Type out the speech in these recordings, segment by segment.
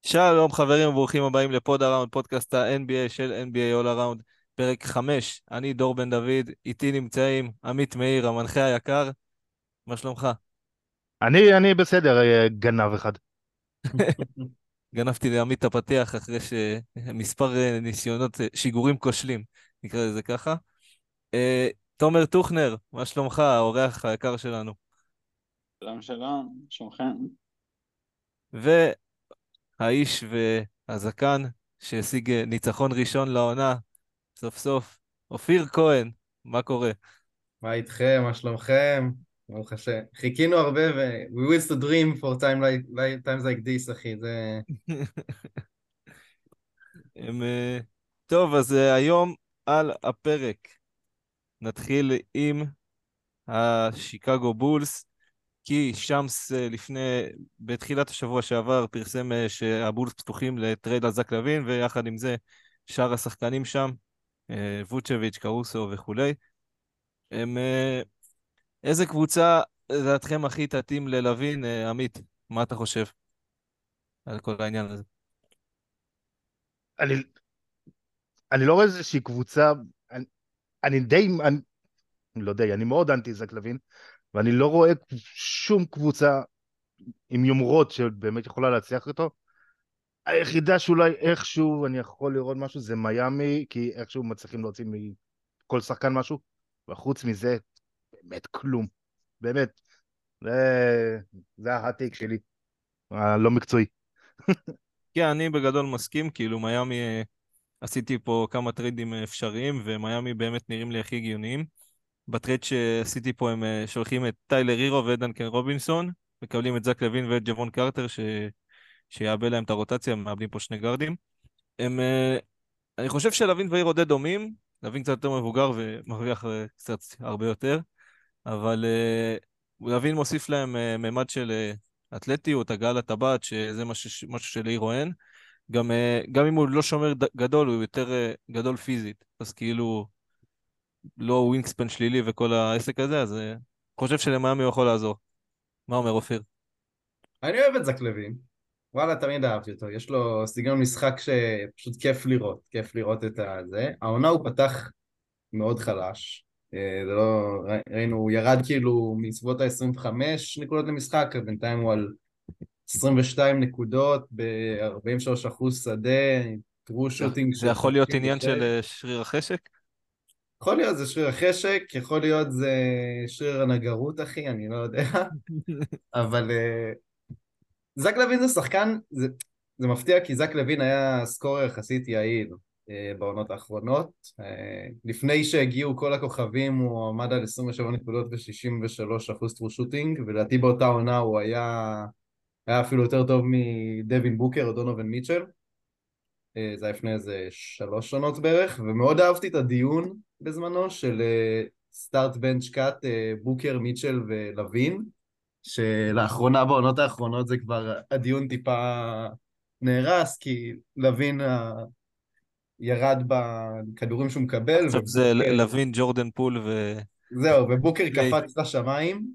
שלום חברים וברוכים הבאים לפוד הראונד, פודקאסט ה-NBA של NBA All Around, פרק 5. אני דור בן דוד, איתי נמצאים עמית מאיר, המנחה היקר. מה שלומך? אני בסדר, גנב אחד. גנבתי לעמית את הפתיח אחרי שמספר ניסיונות, שיגורים כושלים, נקרא לזה ככה. תומר טוכנר, מה שלומך, האורח היקר שלנו? שלום שלום, שומכם. והאיש והזקן שהשיג ניצחון ראשון לעונה, סוף סוף, אופיר כהן, מה קורה? מה איתכם? מה שלומכם? ברוך השם. חיכינו הרבה we used to dream for times like this, אחי. זה... הם, טוב, אז היום על הפרק נתחיל עם השיקגו בולס, כי שמס בתחילת השבוע שעבר פרסם שהבולס פתוחים לטרייד על זק לוין, ויחד עם זה שאר השחקנים שם, ווצ'ביץ', קרוסו וכולי. הם, איזה קבוצה לדעתכם הכי תתאים ללוין, עמית? מה אתה חושב על כל העניין הזה? אני, אני לא רואה איזושהי קבוצה, אני, אני די, לא די, אני מאוד אנטי זק לוין, ואני לא רואה שום קבוצה עם יומרות שבאמת יכולה להצליח איתו. היחידה שאולי איכשהו אני יכול לראות משהו זה מיאמי, כי איכשהו מצליחים להוציא מכל שחקן משהו, וחוץ מזה, באמת כלום. באמת, זה, זה ההטייק שלי, הלא מקצועי. כן, אני בגדול מסכים, כאילו מיאמי, עשיתי פה כמה טריידים אפשריים, ומיאמי באמת נראים לי הכי הגיוניים. בטרייד שעשיתי פה הם שולחים את טיילר הירו ודנקן רובינסון, מקבלים את זק לוין ואת ג'וון קרטר, שיעבה להם את הרוטציה, מאבדים פה שני גארדים. הם, אני חושב שלוין והירו די דומים, לוין קצת יותר מבוגר ומרוויח קצת הרבה יותר, אבל לוין מוסיף להם ממד של אתלטיות, הגעה לטבעת, שזה משהו שלהירו אין. גם אם הוא לא שומר גדול, הוא יותר גדול פיזית, אז כאילו לא ווינגספן שלילי וכל העסק הזה, אז חושב שלמיאמי הוא יכול לעזור. מה אומר אופיר? אני אוהב את זק לוין. וואלה, תמיד אהבתי אותו. יש לו סגנון משחק שפשוט כיף לראות. כיף לראות את זה. העונה הוא פתח מאוד חלש. זה לא... ראינו, הוא ירד כאילו מסביבות ה-25 נקודות למשחק, בינתיים הוא על 22 נקודות ב-43% שדה, טרו שוטינג זה של יכול להיות עניין 56. של שריר החשק? יכול להיות זה שריר החשק, יכול להיות זה שריר הנגרות, אחי, אני לא יודע. אבל זק לוין זה שחקן, זה מפתיע כי זק לוין היה סקורר יחסית יעיל בעונות האחרונות. לפני שהגיעו כל הכוכבים הוא עמד על 27 נקודות ו-63% טרו שוטינג, ולדעתי באותה עונה הוא היה אפילו יותר טוב מדווין בוקר או דונובין מיטשל. זה היה לפני איזה 3 עונות בערך, ומאוד אהבתי את הדיון בזמנו של סטארט בנץ' קאט, בוקר, מיטשל ולוין, שלאחרונה, בעונות האחרונות, זה כבר הדיון טיפה נהרס, כי לוין ירד בכדורים שהוא מקבל, עכשיו זה ובוקר, לוין, ג'ורדן פול זהו, ובוקר קליי. קפץ לשמיים.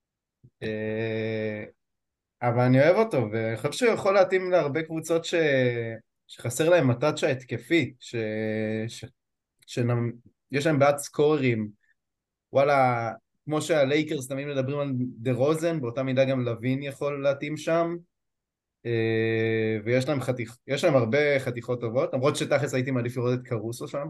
אבל אני אוהב אותו, ואני חושב שהוא יכול להתאים להרבה קבוצות שחסר להם מטאצ'ה התקפי, ש... שיש להם בעד סקוררים. וואלה, כמו שהלייקרס תמיד מדברים על דה רוזן, באותה מידה גם לוין יכול להתאים שם. ויש להם יש להם הרבה חתיכות טובות, למרות שתכלס הייתי מעדיף לראות את קרוסו שם.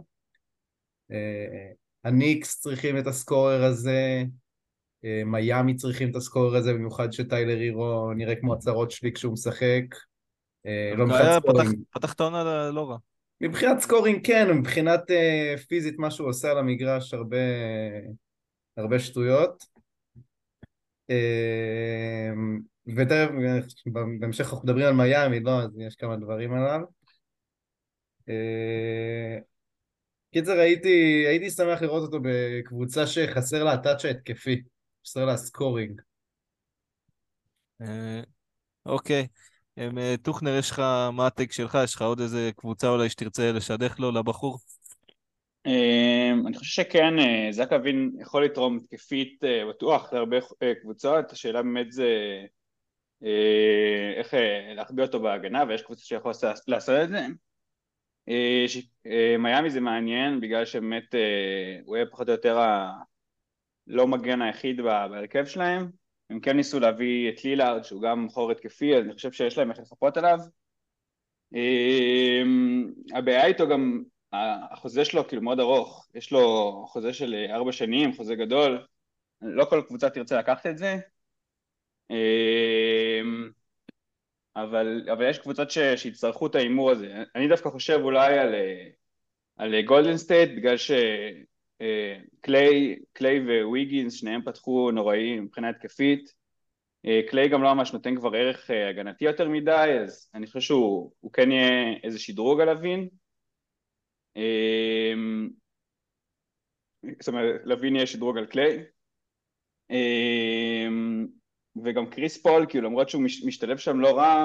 הניקס צריכים את הסקורר הזה, מיאמי צריכים את הסקורר הזה, במיוחד שטיילר הירו נראה כמו הצהרות שלי כשהוא משחק. לא דווקא מבחינת היה סקורינג. פתח את העונה לא רע. מבחינת סקורינג כן, מבחינת פיזית מה שהוא עושה על המגרש הרבה שטויות. ותכף בהמשך אנחנו מדברים על מיאמי, לא, אז יש כמה דברים עליו. קיצר, הייתי שמח לראות אותו בקבוצה שחסר לה הטאצ' ההתקפי, חסר לה סקורינג. אה, אוקיי. טוכנר, יש לך, מה הטק שלך? יש לך עוד איזה קבוצה אולי שתרצה לשדך לו, לבחור? אני חושב שכן, זק לוין יכול לתרום התקפית בטוח להרבה קבוצות. השאלה באמת זה איך להחביא אותו בהגנה, ויש קבוצה שיכול לעשות את זה. מיאמי זה מעניין, בגלל שבאמת הוא יהיה פחות או יותר לא מגן היחיד בהרכב שלהם. הם כן ניסו להביא את לילארד, שהוא גם חור התקפי, אז אני חושב שיש להם איך לחפות עליו. הבעיה איתו גם, החוזה שלו כאילו מאוד ארוך, יש לו חוזה של 4 שנים, חוזה גדול, לא כל קבוצה תרצה לקחת את זה, אבל יש קבוצות שיצטרכו את האימור הזה. אני דווקא חושב אולי על גולדן סטייט, בגלל קליי וויגינס, שניהם פתחו נוראיים מבחינה התקפית. קליי גם לא ממש נותן כבר ערך הגנתי יותר מדי, אז אני חושב שהוא כן יהיה איזה שדרוג על לוין. זאת אומרת, לוין יהיה שדרוג על קליי. וגם קריס פול, כאילו למרות שהוא משתלב שם לא רע,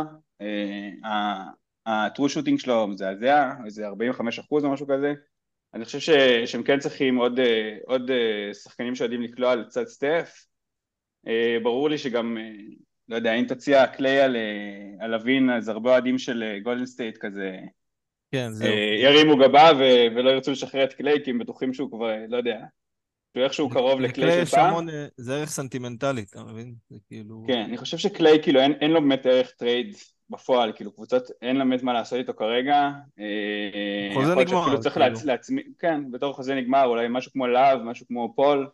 הטרו שוטינג שלו מזעזע, איזה 45% או משהו כזה. אני חושב שהם כן צריכים עוד שחקנים שיודעים לקלוע לצד סטף. ברור לי שגם, לא יודע, אם תציע קליי על לוין, אז הרבה אוהדים של גולדן סטייט כזה כן, זהו. ירימו גבה ולא ירצו לשחרר את קליי, כי הם בטוחים שהוא כבר, לא יודע, שהוא איכשהו קרוב לקליי של יש פעם. המון, זה ערך סנטימנטלי, אתה מבין? זה כאילו... כן, אני חושב שקליי, כאילו, אין לו באמת ערך טרייד בפועל, כאילו, קבוצות, אין לה באמת מה לעשות איתו כרגע. חוזה יכול להיות נגמר, שאפילו צריך כאילו. להצמיד, כן, בתור חוזה נגמר, אולי משהו כמו להב, משהו כמו פול.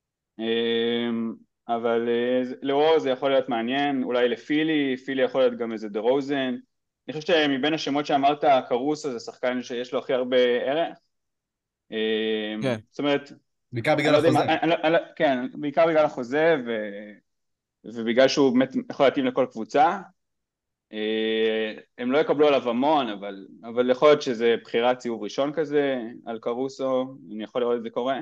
אבל לאור זה יכול להיות מעניין, אולי פילי יכול להיות גם איזה דרוזן. אני חושב שמבין השמות שאמרת, קרוסו זה שחקן שיש לו הכי הרבה ערך. כן. זאת אומרת, בעיקר בגלל החוזה. כן, בעיקר בגלל החוזה ובגלל שהוא באמת יכול להתאים לכל קבוצה. הם לא יקבלו עליו המון, אבל יכול להיות שזה בחירת ציוב ראשון כזה על קרוסו, אני יכול לראות את זה קורה.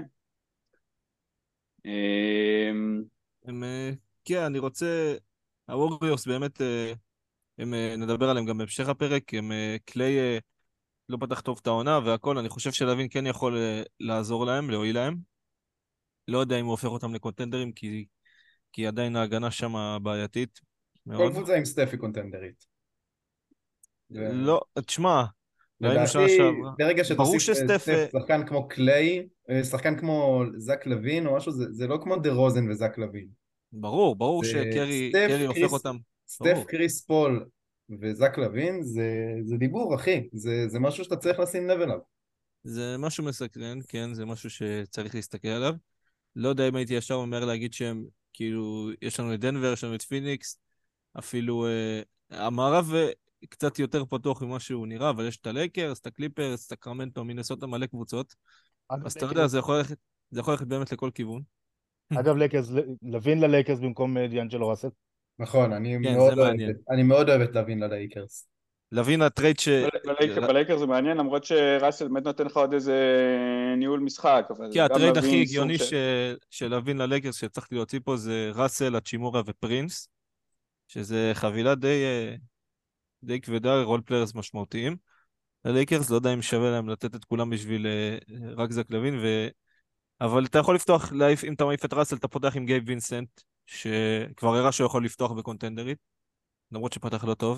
כן, אני רוצה... הווריורס באמת, נדבר עליהם גם בהמשך הפרק, קליי לא פתח טוב את העונה והכל, אני חושב שלוין כן יכול לעזור להם, להועיל להם. לא יודע אם הוא הופך אותם לקונטנדרים, כי עדיין ההגנה שם בעייתית כל מאוד. קבוצה עם סטף היא קונטנדרית. לא, תשמע, ראינו שנה לדעתי, שעברה. ברגע ברור שתוסיף שסטף... סטף שחקן כמו קליי, שחקן כמו זק לוין או משהו, זה לא כמו דה רוזן וזק לוין. ברור שקרי הופך אותם. סטף, קריס פול וזק לוין זה דיבור, אחי. זה משהו שאתה צריך לשים לב אליו. זה משהו מסקרן, כן, זה משהו שצריך להסתכל עליו. לא יודע אם הייתי ישר אומר להגיד שהם, כאילו, יש לנו את דנבר, יש לנו את פיניקס, אפילו המערב קצת יותר פתוח ממה שהוא נראה, אבל יש את הלייקרס, את הקליפרס, את סקרמנטו, מינסוטה, מלא קבוצות. אז אתה יודע, זה יכול ללכת באמת לכל כיוון. אגב, לוין ללייקרס במקום דיאנג'לו ראסל. נכון, כן, זה מעניין. אני מאוד אוהב את לוין ללייקרס. לוין הטרייד בלייקרס זה מעניין, למרות שראסל באמת נותן לך עוד איזה ניהול משחק. כן, הטרייד הכי הגיוני של לוין ללייקרס שצריכתי להוציא פה זה ראסל, הצ'ימורה ופרינס, שזה חבילה די כבדה, רול פליירס משמעותיים. ללייקרס לא יודע אם שווה להם לתת את כולם בשביל רק זק לוין, אבל אתה יכול לפתוח, אם אתה מעיף את ראסל, אתה פותח עם גייב וינסנט, שכבר הראה שהוא יכול לפתוח בקונטנדרית, למרות שפתח לא טוב.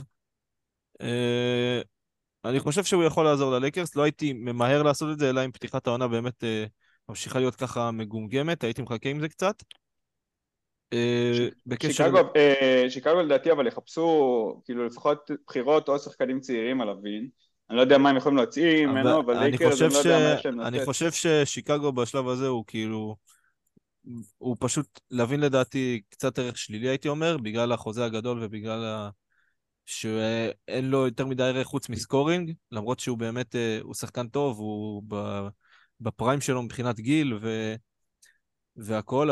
אני חושב שהוא יכול לעזור ללייקרס, לא הייתי ממהר לעשות את זה, אלא אם פתיחת העונה באמת ממשיכה להיות ככה מגומגמת, הייתי מחכה עם זה קצת. שיקגו לדעתי אבל יחפשו כאילו לפחות בחירות או שחקנים צעירים על לוין. אני לא יודע מה הם יכולים להוציא ממנו, אבל לייקרס אני לא יודע מה יש להם לתת. אני חושב ששיקגו בשלב הזה הוא כאילו, הוא פשוט, לוין לדעתי קצת ערך שלילי הייתי אומר, בגלל החוזה הגדול ובגלל שאין לו יותר מדי ערך חוץ מסקורינג, למרות שהוא באמת, הוא שחקן טוב, הוא בפריים שלו מבחינת גיל והכל,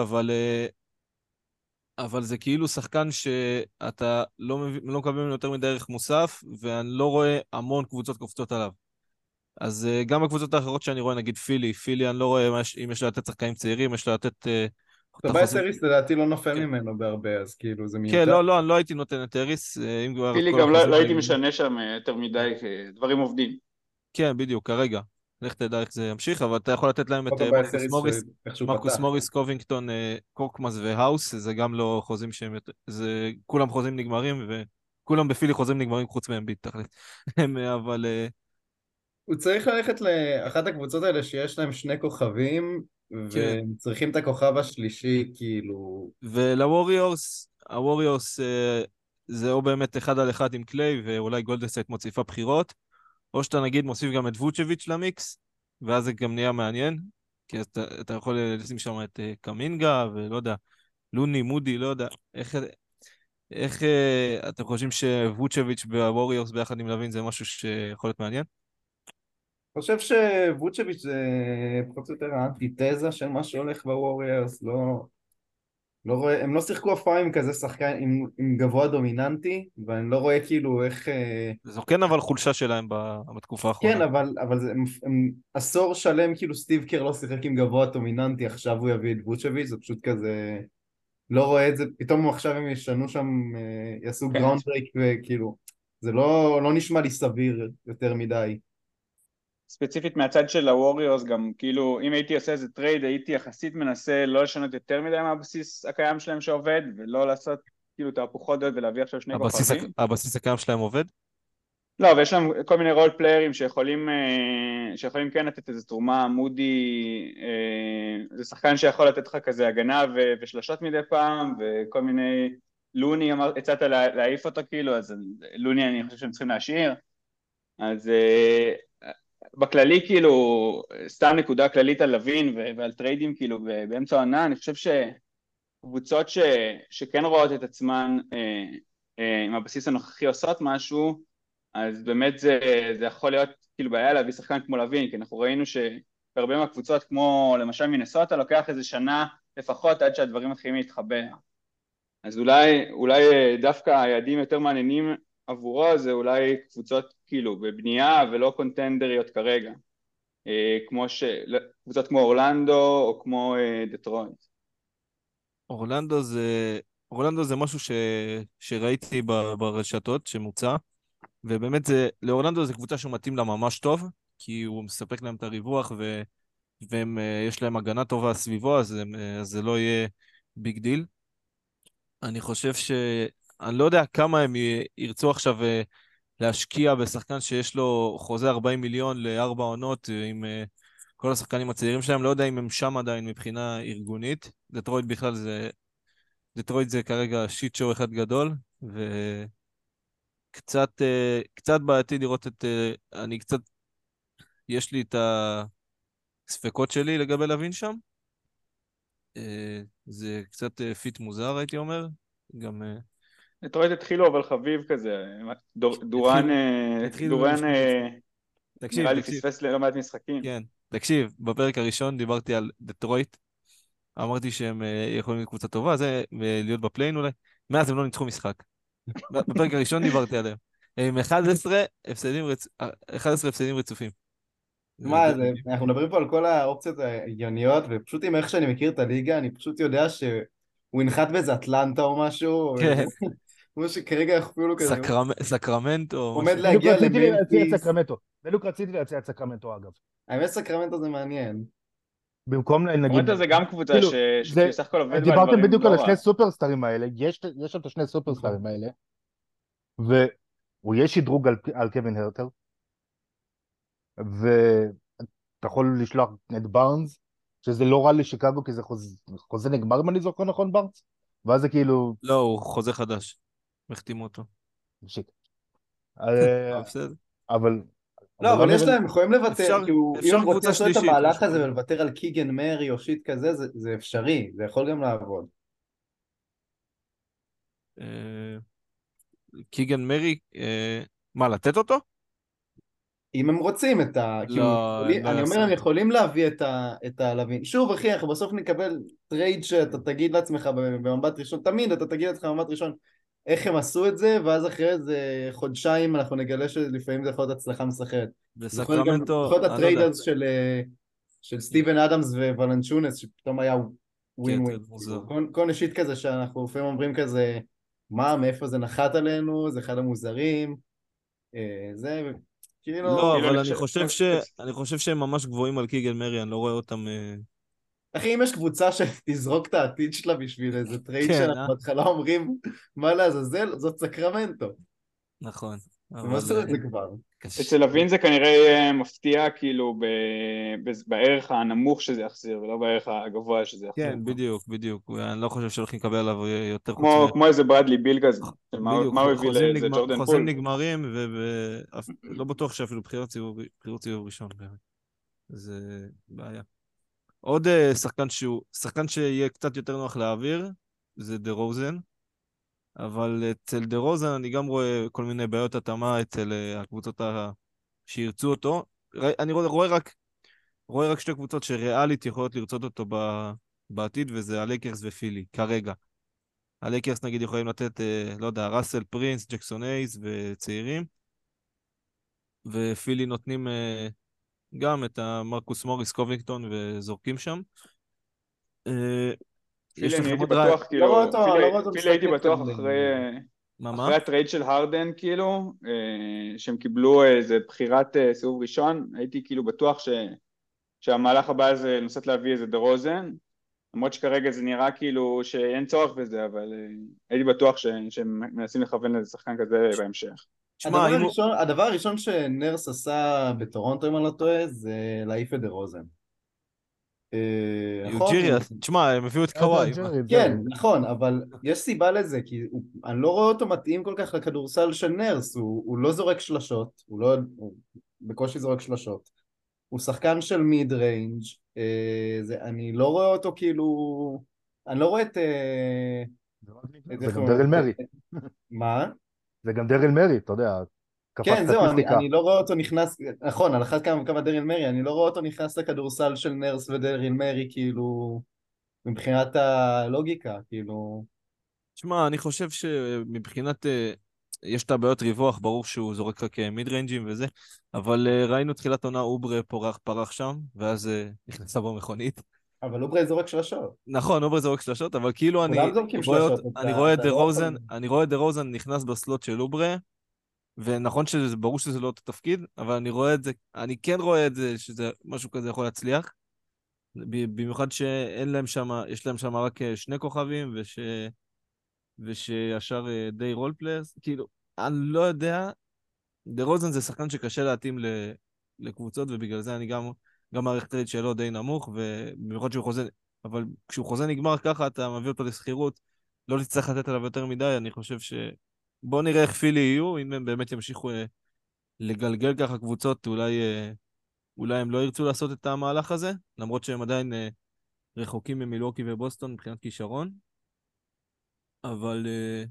אבל זה כאילו שחקן שאתה לא מקבל ממנו יותר מדי ערך מוסף, ואני לא רואה המון קבוצות קופצות עליו. אז גם הקבוצות האחרות שאני רואה, נגיד פילי, אני לא רואה אם יש לה לתת שחקנים צעירים, יש לה לתת... טובייס אריס לדעתי לא נופל ממנו בהרבה, אז כאילו זה מיותר. כן, לא, אני לא הייתי נותן את אריס. פילי גם לא הייתי משנה שם יותר מדי, דברים עובדים. כן, בדיוק, כרגע. לך תדע איך זה ימשיך, אבל אתה יכול לתת להם את עוד הבעיה סיריס שאיך שהוא מרקוס פתח. מוריס, קובינגטון, קורקמאס והאוס, זה גם לא חוזים זה כולם חוזים נגמרים, וכולם בפילי חוזים נגמרים חוץ מאמביט, תכל'ס. אבל הוא צריך ללכת לאחת הקבוצות האלה שיש להם שני כוכבים, כן. וצריכים את הכוכב השלישי, כאילו... ולווריורס, הווריורס זה או באמת אחד על אחד עם קליי, ואולי גולדסטייט מוסיפה בחירות, או שאתה נגיד מוסיף גם את ווצ'ביץ' למיקס, ואז זה גם נהיה מעניין, כי אתה יכול לשים שם את קמינגה, ולא יודע, לוני, מודי, לא יודע, איך אתם חושבים שווצ'ביץ' והווריורס ביחד עם לוין זה משהו שיכול להיות מעניין? אני חושב שווצ'ביץ' זה פחות או יותר האנטיתזה של מה שהולך בווריירס, לא רואה, הם לא שיחקו אף פעם עם כזה שחקן, עם גבוה דומיננטי, ואני לא רואה כאילו איך... זו כן אבל חולשה שלהם בתקופה האחרונה. כן, אבל הם עשור שלם כאילו סטיב קר לא שיחק עם גבוה דומיננטי, עכשיו הוא יביא את ווצ'ביץ', זה פשוט כזה... לא רואה את זה, פתאום עכשיו הם ישנו שם, יעשו כן. גראונד ברייק וכאילו, זה לא נשמע לי סביר יותר מדי. ספציפית מהצד של הווריורס גם כאילו אם הייתי עושה איזה טרייד הייתי יחסית מנסה לא לשנות יותר מדי מהבסיס הקיים שלהם שעובד ולא לעשות כאילו תהפוכות ולהביא עכשיו שני כוכבים. הבסיס הקיים שלהם עובד? לא, ויש שם כל מיני רול פליירים שיכולים כן לתת איזו תרומה. מודי זה שחקן שיכול לתת לך כזה הגנה ושלשות מדי פעם, וכל מיני... לוני הצעת להעיף אותו כאילו, אז לוני אני חושב שהם צריכים להשאיר. אז בכללי כאילו, סתם נקודה כללית על לוין ועל טריידים כאילו באמצע העונה, אני חושב שקבוצות שכן רואות את עצמן עם הבסיס הנוכחי עושות משהו, אז באמת זה יכול להיות כאילו בעיה להביא שחקן כמו לוין, כי אנחנו ראינו שהרבה מהקבוצות כמו למשל מינסוטה לוקח איזה שנה לפחות עד שהדברים מתחילים להתחבר. אז אולי דווקא היעדים יותר מעניינים עבורו זה אולי קבוצות כאילו בבנייה ולא קונטנדריות כרגע, קבוצות כמו אורלנדו או כמו דטרויט. אורלנדו זה משהו שראיתי ברשתות שמוצע, ובאמת לאורלנדו זה קבוצה שהוא מתאים לה ממש טוב, כי הוא מספק להם את הריווח, ויש להם הגנה טובה סביבו, אז זה לא יהיה ביג דיל. אני חושב אני לא יודע כמה הם ירצו עכשיו להשקיע בשחקן שיש לו חוזה 40 מיליון לארבע עונות עם כל השחקנים הצעירים שלהם, לא יודע אם הם שם עדיין מבחינה ארגונית. דטרויט זה כרגע שיט שואו אחד גדול, קצת בעייתי לראות יש לי את הספקות שלי לגבי לוין שם. זה קצת פיט מוזר הייתי אומר, גם... דטרויט התחילו אבל חביב כזה, דורן התחילו ולשמור את זה. נראה לי פספס לא מעט משחקים. כן, תקשיב, בפרק הראשון דיברתי על דטרויט, אמרתי שהם יכולים להיות קבוצה טובה, זה להיות בפליין אולי, מאז הם לא ניצחו משחק. בפרק הראשון דיברתי עליהם. עם 11 הפסדים רצופים. מה, אנחנו מדברים פה על כל האופציות ההגיוניות, ופשוט עם איך שאני מכיר את הליגה, אני פשוט יודע שהוא ינחת באיזה אטלנטה או משהו, כן. כמו שכרגע אפילו כזה, סקרמנטו. עומד להגיע לממפיס. בדיוק רציתי להציע את סקרמנטו אגב. האמת סקרמנטו זה מעניין. במקום נגיד... סקרמנטו זה גם קבוצה שסך הכל עובד דיברתם בדיוק על השני סופרסטרים האלה, יש שם את השני סופרסטרים האלה, והוא יהיה שדרוג על קווין הרטר, ואתה יכול לשלוח את בארנס, שזה לא רע לשיקגו כי זה חוזה נגמר אם אני זוכר נכון בארנס, ואז זה כאילו... לא, הוא חוזה חדש, מחתימו אותו. שיט. בסדר. אבל... לא, אבל יש להם, יכולים לוותר, אם הם רוצים לעשות את המהלך הזה ולוותר על קיגן מרי או שיט כזה, זה אפשרי, זה יכול גם לעבוד. קיגן מרי, מה, לתת אותו? אם הם רוצים את אני אומר, הם יכולים להביא את הלווין. שוב, אחי, אנחנו בסוף נקבל טרייד שאתה תגיד לעצמך במבט ראשון, תמיד אתה תגיד לעצמך במבט ראשון איך הם עשו את זה, ואז אחרי איזה חודשיים אנחנו נגלה שלפעמים זה יכול להיות הצלחה מסחרת. בסקרמנטו... יכול להיות הטרייד אז של סטיבן אדמס וולנצ'ונס, שפתאום היה ווין ווין. כל נשיט כזה שאנחנו לפעמים אומרים כזה, מה, מאיפה זה נחת עלינו, זה אחד המוזרים, זה... כאילו... לא, כאילו אבל אני חושב... אני חושב שהם ממש גבוהים על קיגל מרי, אני לא רואה אותם... אחי, אם יש קבוצה שתזרוק את העתיד שלה בשביל איזה טרייד כן, שאנחנו בהתחלה אומרים, מה לעזאזל, זאת סקרמנטו. נכון, הם עשו את זה כבר. אצל לוין זה כנראה מפתיע כאילו בערך הנמוך שזה יחזיר ולא בערך הגבוה שזה יחזיר. כן, בדיוק, בדיוק. אני לא חושב שהולכים לקבל עליו יותר חוץ כמו איזה ברדלי ביל כזה. בדיוק, מה הוא הביא לאיזה ג'ורדן חוזים פול? נגמרים, ולא בטוח שאפילו בחירות סיבוב ראשון באמת. זה בעיה. עוד שחקן שיהיה קצת יותר נוח להעביר, זה דה רוזן, אבל אצל דה רוזן אני גם רואה כל מיני בעיות התאמה אצל הקבוצות שירצו אותו. אני רואה רק שתי קבוצות שריאלית יכולות לרצות אותו בעתיד, וזה הלייקרס ופילי, כרגע. הלייקרס נגיד יכולים לתת, לא יודע, ראסל פרינס, ג'קסון אייז וצעירים, ופילי נותנים גם את המרקוס מוריס קובינגטון וזורקים שם. פילי יש אני לכם הייתי עוד רעי... בטוח כאילו, לא רואה אותו פילי משחק הייתי בטוח נגד... מה? אחרי הטרייד של הרדן כאילו, שהם קיבלו איזה בחירת סיבוב ראשון, הייתי כאילו בטוח שהמהלך הבא זה לנסות להביא איזה דה רוזן, למרות שכרגע זה נראה כאילו שאין צורך בזה, אבל הייתי בטוח שהם מנסים לכוון לאיזה שחקן כזה בהמשך. תשמע, אם הוא... הדבר הראשון שנרס עשה בטורונטו, אם אני לא טועה, זה להעיף את דה רוזן. נכון? יוג'ירי, תשמע, הם הביאו את קוואי. כן, נכון, אבל יש סיבה לזה, כי אני לא רואה אותו מתאים כל כך לכדורסל של נרס, הוא לא זורק שלשות, הוא בקושי זורק שלשות, הוא שחקן של מיד ריינג', אני לא רואה אותו כאילו, אני לא רואה את... זה גם דריל מרי. מה? זה גם דריל מרי, אתה יודע, קפץ כן, זהו, סטטיסטיקה. אני לא רואה אותו נכנס, נכון, על אחת כמה וכמה דריל מרי, אני לא רואה אותו נכנס לכדורסל של נרס ודריל מרי, כאילו, מבחינת הלוגיקה, כאילו... תשמע, אני חושב שמבחינת... יש את הבעיות ריווח, ברור שהוא זורק רק מיד ריינג'ים וזה, אבל ראינו תחילת עונה אוברה פרח שם, ואז נכנסה בו מכונית. אבל אוברה זורק שלשות. נכון, אוברה זורק שלשות, אבל כאילו כולם זורקים שלשות, אני רואה את דה רוזן נכנס בסלוט של אוברה, ונכון שברור שזה לא אותו תפקיד, אבל אני כן רואה את זה, שזה משהו כזה יכול להצליח, במיוחד שאין להם שם, יש להם שם רק שני כוכבים, ושהשאר די רול פליירס, כאילו, אני לא יודע, דה רוזן זה שחקן שקשה להתאים לקבוצות, ובגלל זה אני גם מערכת טרייד שלו די נמוך, ובמיוחד שהוא חוזה, אבל כשהוא חוזה נגמר ככה, אתה מביא אותו לשכירות, לא תצטרך לתת עליו יותר מדי, אני חושב בוא נראה איך פילי יהיו, אם הם באמת ימשיכו לגלגל ככה קבוצות, אולי הם לא ירצו לעשות את המהלך הזה, למרות שהם עדיין רחוקים ממילווקי ובוסטון מבחינת כישרון, אבל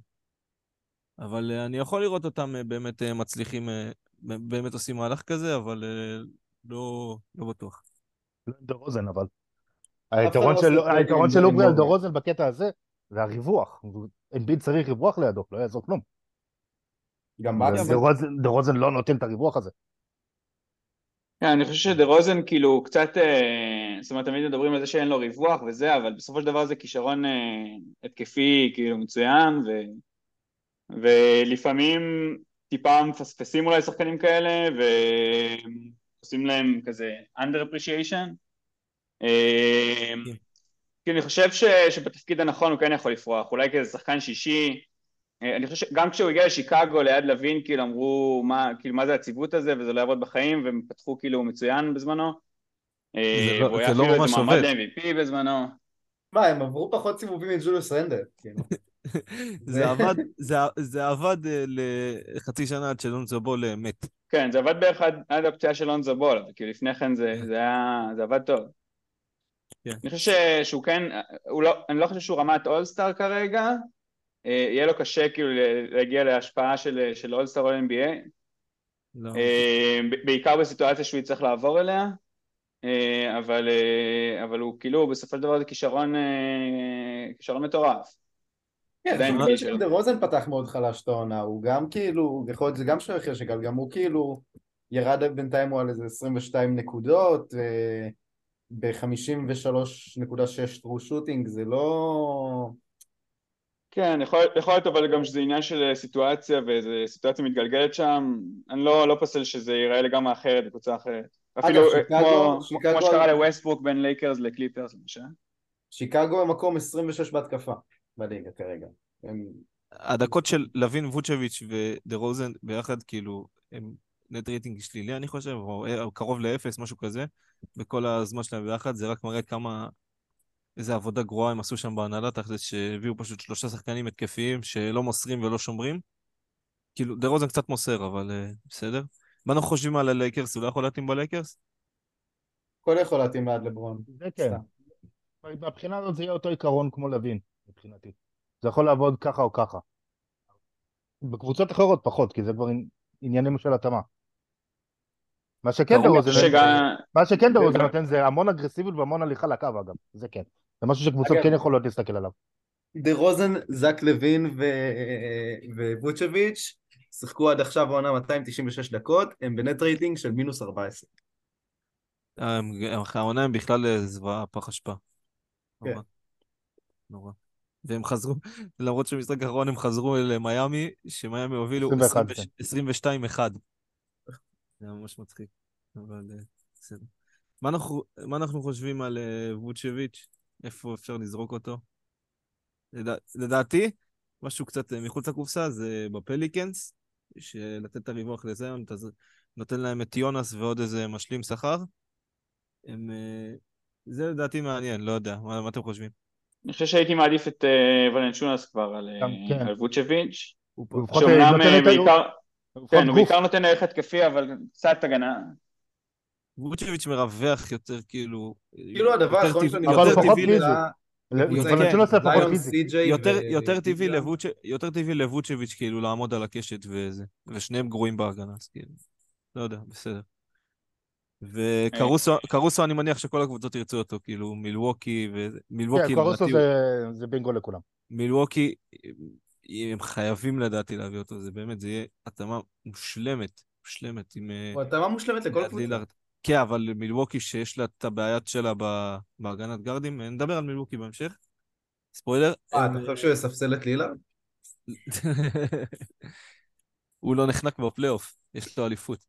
אני יכול לראות אותם באמת מצליחים, באמת עושים מהלך כזה, אבל לא בטוח. לא עם דה רוזן, אבל. אף אחד לא עושה טריידים עם היתרון של דני אוברי על דה מורי. רוזן בקטע הזה, זה הריווח. אמביד צריך ריווח לידו, לא יעזור כלום. גם בקס. דה רוזן לא נותן את הריווח הזה. כן, אני חושב שדה רוזן כאילו קצת, זאת אומרת תמיד מדברים על זה שאין לו ריווח וזה, אבל בסופו של דבר זה כישרון התקפי כאילו מצוין, ולפעמים טיפה מפספסים אולי שחקנים כאלה ועושים להם כזה under appreciation. כי אני חושב שבתפקיד הנכון הוא כן יכול לפרוח, אולי כאיזה שחקן שישי. אני חושב שגם כשהוא הגיע לשיקגו ליד לוין, כאילו אמרו מה זה הציוות הזה וזה לא יעבוד בחיים, והם פתחו כאילו מצוין בזמנו, והוא היה זה לא אפילו איזה ממש מעמד עובד. ל-MVP בזמנו. מה, הם עברו פחות סיבובים מג'וליוס רנדל, כאילו. זה עבד לחצי שנה עד שלונזו בול מת. כן, זה עבד בערך עד הפציעה של לונזו בול, אבל כאילו לפני כן זה עבד טוב. כן. אני חושב שהוא כן, אני לא חושב שהוא רמת אולסטאר כרגע, יהיה לו קשה כאילו להגיע להשפעה של אולסטאר או NBA, לא. בעיקר בסיטואציה שהוא יצטרך לעבור אליה, אבל הוא כאילו בסופו של דבר זה כישרון מטורף. כן, עדיין יכול בגיל להיות שלו. שדה רוזן פתח מאוד חלש את העונה, הוא גם כאילו, יכול להיות שזה גם שוער חשק, אבל גם הוא כאילו ירד בינתיים הוא על איזה 22 נקודות, ב-53.6 טרו שוטינג, זה לא... כן, יכול להיות אבל גם שזה עניין של סיטואציה, ואיזו סיטואציה מתגלגלת שם, אני לא פוסל שזה ייראה לגמרי אחרת בקבוצה אחרת. אפילו אגב, שיקגו, כמו שקרה לווסטברוק בין לייקרס לקליפרס למשל. שיקגו הם מקום 26 בהתקפה בליגה כרגע. הם... הדקות של לוין, ווצ'ביץ' ודה רוזן ביחד, כאילו, הם נט רייטינג שלילי, אני חושב, או קרוב לאפס, משהו כזה, בכל הזמן שלהם ביחד, זה רק מראה איזה עבודה גרועה הם עשו שם בהנהלה, תכל'ס שהביאו פשוט 3 שחקנים התקפיים שלא מוסרים ולא שומרים. כאילו, דה רוזן קצת מוסר, אבל בסדר. מה אנחנו חושבים על הלייקרס? הוא לא יכול להתאים בלייקרס? הכל יכול להתאים בעד לברון. זה כן. סתם. מהבחינה הזאת זה יהיה אותו עיקרון כמו לוין, מבחינתי. זה יכול לעבוד ככה או ככה. בקבוצות אחרות פחות, כי זה כבר עניינים של התאמה. מה שכן קרוב דרוזן, שגם... מה שכן דרוזן נותן זה המון אגרסיביות והמון הליכה לקו אגב, זה כן. זה משהו שקבוצות אגב, כן יכולות להסתכל עליו. דה רוזן, זק לוין וווצ'ביץ' שיחקו עד עכשיו בעונה 296 דקות, הם בנט רייטינג של מינוס 14. העונה הם בכלל זוועה, פח אשפה. כן. נורא. נורא. והם חזרו, למרות שבמשחק האחרון הם חזרו למיימי, שמיימי הובילו 22-1. זה היה ממש מצחיק. אבל בסדר. מה אנחנו חושבים על ווצ'ביץ'? איפה אפשר לזרוק אותו? לדעתי, משהו קצת מחוץ לקופסה, זה בפליקנס, שלתת את הריווח לזה, נותן להם את יונס ועוד איזה משלים שכר. זה לדעתי מעניין, לא יודע, מה אתם חושבים? אני חושב שהייתי מעדיף את ולנצ'ונס כבר כן. על ווצ'ביץ', הוא לפחות שאומנם נותן את בעיקר... כן, הוא גוף. בעיקר נותן ערך התקפי, אבל קצת הגנה. ווצ'ביץ' מרווח יותר כאילו... כאילו הדבר האחרון שאני אבל יותר פחות טבעי פיזי. ולנצ'ונס לפחות פיזי. יותר טבעי לווצ'ביץ' כאילו לעמוד על הקשת וזה, ושניהם גרועים בהגנה, אז כאילו, לא יודע, בסדר. וקרוסו אני מניח שכל הקבוצות ירצו אותו, כאילו מילווקי כן, קרוסו זה בינגו לכולם. מילווקי, הם חייבים לדעתי להביא אותו, זה באמת, זה יהיה התאמה מושלמת עם... הוא התאמה מושלמת לכל קבוצה. כן, אבל מילווקי שיש לה את הבעיית שלה בהגנת גרדים, נדבר על מילווקי בהמשך. ספוילר. אתה חושב שהוא יספסל את לילארד? הוא לא נחנק בפלייאוף, יש לו אליפות.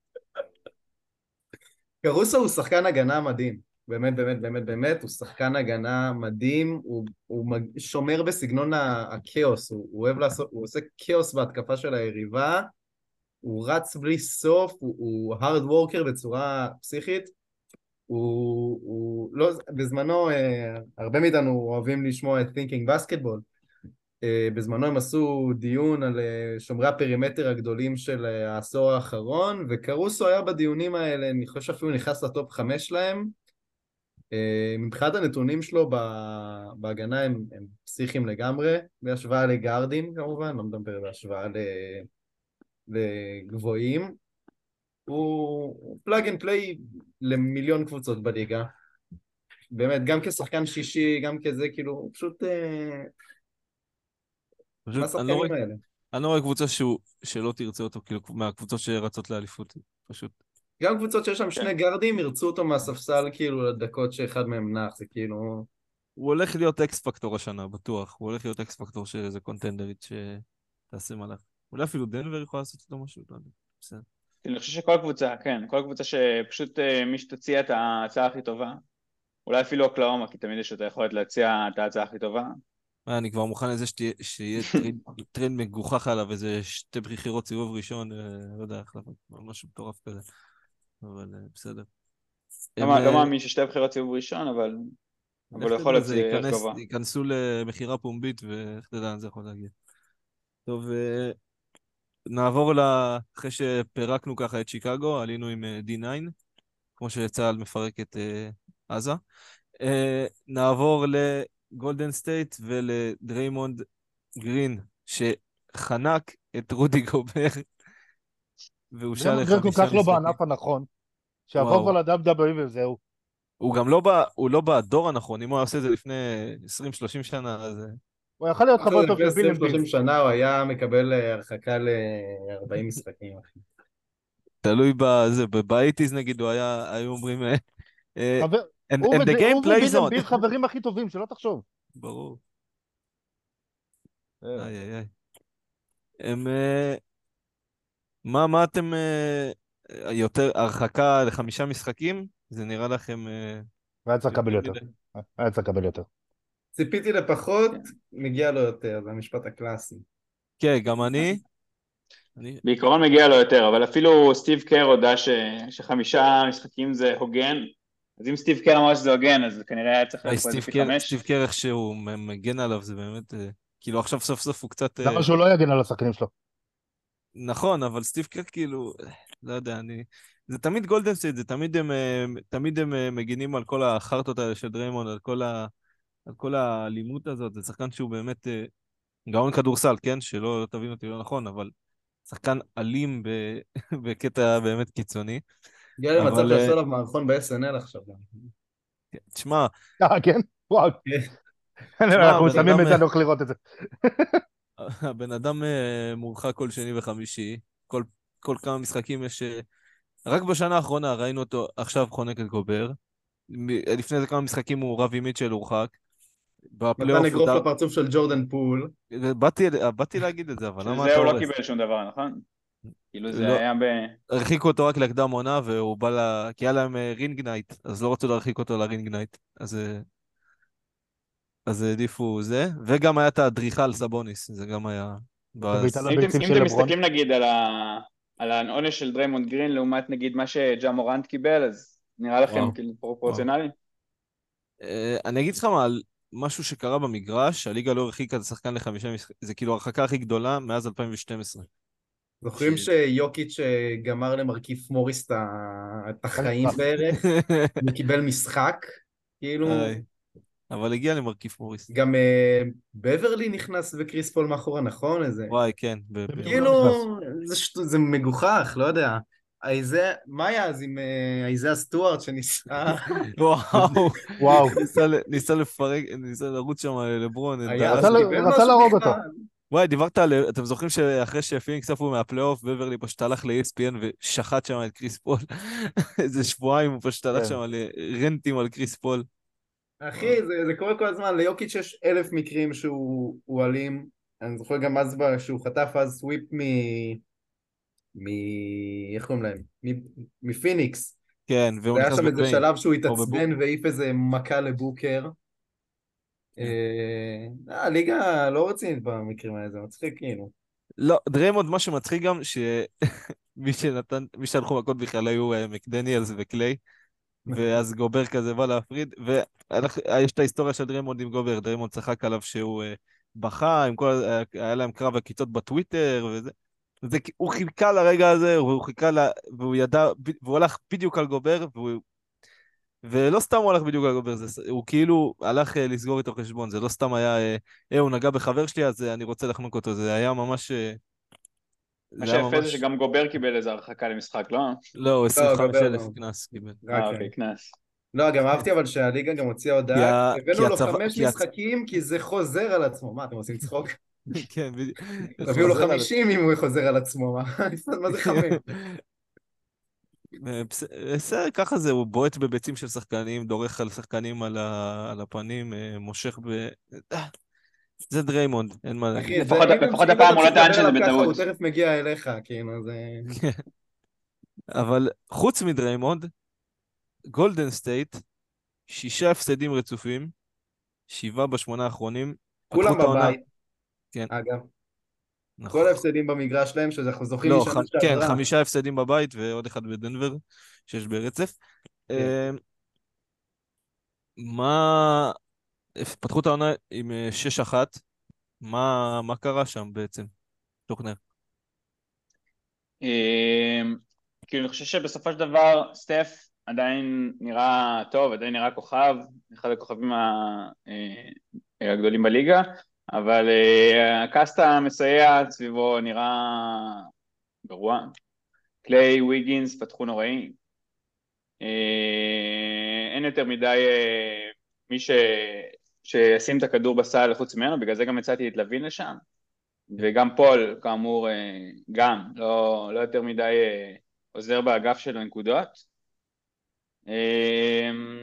קרוסו הוא שחקן הגנה מדהים, באמת, באמת, באמת, באמת, הוא שחקן הגנה מדהים, הוא שומר בסגנון הכאוס, הוא אוהב לעשות, הוא עושה כאוס בהתקפה של היריבה, הוא רץ בלי סוף, הוא hard worker בצורה פסיכית, הוא לא, בזמנו, הרבה מאיתנו אוהבים לשמוע את Thinking Basketball, בזמנו הם עשו דיון על שומרי הפרימטר הגדולים של העשור האחרון, וקרוסו היה בדיונים האלה, אני חושב שאפילו נכנס לטופ 5 שלהם. מבחינת הנתונים שלו בהגנה הם פסיכיים לגמרי, בהשוואה לגארדים כמובן, לא מדבר בהשוואה לגבוהים. הוא פלאג אנד פליי למיליון קבוצות בליגה. באמת, גם כשחקן שישי, גם כזה, כאילו, פשוט... אני לא רואה קבוצה שלא תרצה אותו, כאילו מהקבוצות שרצות לאליפות, פשוט. גם קבוצות שיש שם שני גרדים ירצו אותו מהספסל כאילו לדקות שאחד מהם נח, זה כאילו... הוא הולך להיות אקס פקטור השנה, בטוח. הוא הולך להיות אקס פקטור של איזה קונטנדרית שתעשה מהלך. אולי אפילו דנבר יכולה לעשות אותו משהו, לא יודע. בסדר. אני חושב שכל קבוצה, כן, כל קבוצה שפשוט מי שתציע את ההצעה הכי טובה, אולי אפילו אוקלאומה, כי תמיד יש את היכולת להציע את ההצעה הכי טובה. אני כבר מוכן לזה שיהיה טרנד מגוחך עליו, איזה 2 בחירות סיבוב ראשון, לא יודע איך לעשות, משהו מטורף כזה. אבל בסדר. לא מאמין ש2 בחירות סיבוב ראשון, אבל יכול להיות זה גבוה. ייכנסו למחירה פומבית, ואיך תדע, זה יכול להגיע. טוב, נעבור אחרי שפירקנו ככה את שיקגו, עלינו עם D9, כמו שצה"ל מפרק את עזה. נעבור לגולדן סטייט ולדריימונד גרין, שחנק את רודי גובר, והוא שאל לך... זה כל כך לא בענף הנכון, שעבור כבר ל-WWE וזהו. הוא לא בדור הנכון, אם הוא עושה את זה לפני 20-30 שנה, אז... הוא יכול להיות חבר טוב של ביל אמביד. 30 שנה הוא היה מקבל הרחקה ל-40 משחקים. תלוי באיטיז נגיד, הוא היו אומרים... הוא וביל אמביד חברים הכי טובים, שלא תחשוב. ברור. איי, איי, איי. הם, מה אתם, יותר, הרחקה ל5 משחקים? זה נראה לכם היה צריך לקבל יותר יותר. מדי? היה צריך לקבל יותר. ציפיתי לפחות, כן. מגיע לו יותר, זה המשפט הקלאסי. כן, גם אני. בעיקרון מגיע לו יותר, אבל אפילו סטיב קר הודה ש5 משחקים זה הוגן, אז אם סטיב קר אמר שזה הוגן, אז כנראה היה צריך להיות פה איזה פי סטיב 5. קר, איך שהוא מגן עליו, זה באמת, כאילו עכשיו סוף סוף הוא קצת, למה שהוא לא יגן על השחקנים שלו? נכון, אבל סטיב קר כאילו, לא יודע, זה תמיד גולדן סטייט, זה תמיד הם מגינים על כל החרטות האלה של דריימונד, על כל האלימות הזאת, זה שחקן שהוא באמת גאון כדורסל, כן? שלא תבין אותי לא נכון, אבל שחקן אלים בקטע באמת קיצוני. הגיע למצב אבל שעשו עליו מערכון ב-SNL עכשיו. תשמע, כן? וואו. תשמע, אנחנו שמים את זה, אני הולך לראות את זה. הבן אדם מורחק כל שני וחמישי, כל כמה משחקים יש... רק בשנה האחרונה ראינו אותו עכשיו חונק את גובר. לפני זה כמה משחקים הוא רב עם מיטשל הורחק. נתן בפלייאוף הוא אגרוף לפרצוף של ג'ורדן פול. באתי להגיד את זה, אבל למה שזה אתה הוא לא הורס? קיבל שום דבר, נכון? כאילו זה לא, היה הרחיקו אותו רק לקדם עונה, והוא בא כי היה להם רינג נייט, אז לא רצו להרחיק אותו לרינג נייט. אז העדיפו זה, וגם היה את הדריכה על סבוניס, זה גם היה... בביתה בס- לביצים אם של אתם לברון. מסתכלים נגיד על העונש של דריימונד גרין לעומת נגיד מה שג'ה מורנט קיבל, אז נראה לכם וואו, כאילו וואו. פרופורציונלי? אני אגיד לך מה, על משהו שקרה במגרש, הליגה לא הרחיקה את השחקן ל5 משחקים, זה כאילו ההרחקה הכי גדולה מאז 2012. זוכרים שיוקיץ' גמר למרכיב מוריס את החיים בערך? הוא קיבל משחק, כאילו, איי, אבל הגיע למרכיב מוריס. גם בברלי נכנס וקריס פול מאחורה, נכון? איזה... וואי, כן. למי הוא לא כאילו, נכנס? זה מגוחך, לא יודע. מה היה אז עם איזיה סטוארט שניסה... וואו, וואו. ניסה לפרק, ניסה לרוץ שם לברון, היה, דרס. אז הוא קיבל רצה משהו להרוג אותו. בכלל. וואי, דיברת על... אתם זוכרים שאחרי שפיניקס עפו מהפלייאוף, בברלי פשוט הלך ל-ESPN ושחט שם את קריס פול? איזה שבועיים הוא פשוט הלך כן. שם לרנטים על קריס פול. אחי, זה קורה כל הזמן, ליוקיץ' יש 1000 מקרים שהוא אלים. אני זוכר גם אז שהוא חטף אז סוויפ מ... איך קוראים להם? מפיניקס. כן, והוא והיה נכנס שם איזה בפיין. שלב שהוא או התעצבן והעיף איזה מכה לבוקר. כן. הליגה לא רצינית במקרים האלה, זה מצחיק כאילו. לא, דריימונד, מה שמצחיק גם, מי שהלכו מכות בכלל היו מקדניאלס וקליי, ואז גובר כזה בא להפריד, ויש את ההיסטוריה של דריימונד עם גובר, דריימונד צחק עליו שהוא בכה, היה להם קרב הקיצות בטוויטר, הוא חיכה לרגע הזה, והוא ידע, והוא הלך בדיוק על גובר, ולא סתם הוא הלך בדיוק על גובר, הוא כאילו הלך לסגור איתו חשבון, זה לא סתם היה, הוא נגע בחבר שלי, אז אני רוצה לחנוק אותו, זה היה ממש... מה זה היה שיפה זה ממש... שגם גובר קיבל איזה הרחקה למשחק, לא? לא, הוא לא, גבר 25,000 לא. קנס קיבל. רק כן. אוקיי, קנס. לא, גם אהבתי אבל שהליגה גם הוציאה כי הודעה, הבאנו לו הצבא... 5 משחקים כי זה חוזר על עצמו. מה, אתם עושים צחוק? כן, בדיוק. תביאו לו חוזר על... 50 אם הוא חוזר על עצמו, מה זה 5? בסדר, ככה זה, הוא בועט בביצים של שחקנים, דורך על שחקנים על הפנים, מושך זה דריימונד, אין מה להגיד. אחי, לפחות אם אתה הפעם הוא לא תמשיך טען לדבר שזה עליו ככה, בטעות. הוא תכף מגיע אליך, כאילו, זה... אבל חוץ מדריימונד, גולדן סטייט, 6 הפסדים רצופים, 7 ב8 האחרונים, כולם פתחו את העונה, בבית, כן, אגב. כל נכון. ההפסדים במגרש שלהם, שאנחנו זוכרים לא, משנה כן, שעברה. 5 הפסדים בבית ועוד אחד בדנבר, 6 ברצף. כן. מה... פתחו את העונה עם 6-1, מה קרה שם בעצם, טוקנר? כאילו אני חושב שבסופו של דבר סטף עדיין נראה טוב, עדיין נראה כוכב, אחד הכוכבים הגדולים בליגה, אבל הקאסט המסייע סביבו נראה גרוע. קליי, ויגינס פתחו נוראים. אין יותר מדי מי שישים את הכדור בסל חוץ ממנו, בגלל זה גם הצעתי את לוין לשם, וגם פול כאמור גם לא יותר מדי עוזר באגף של הנקודות.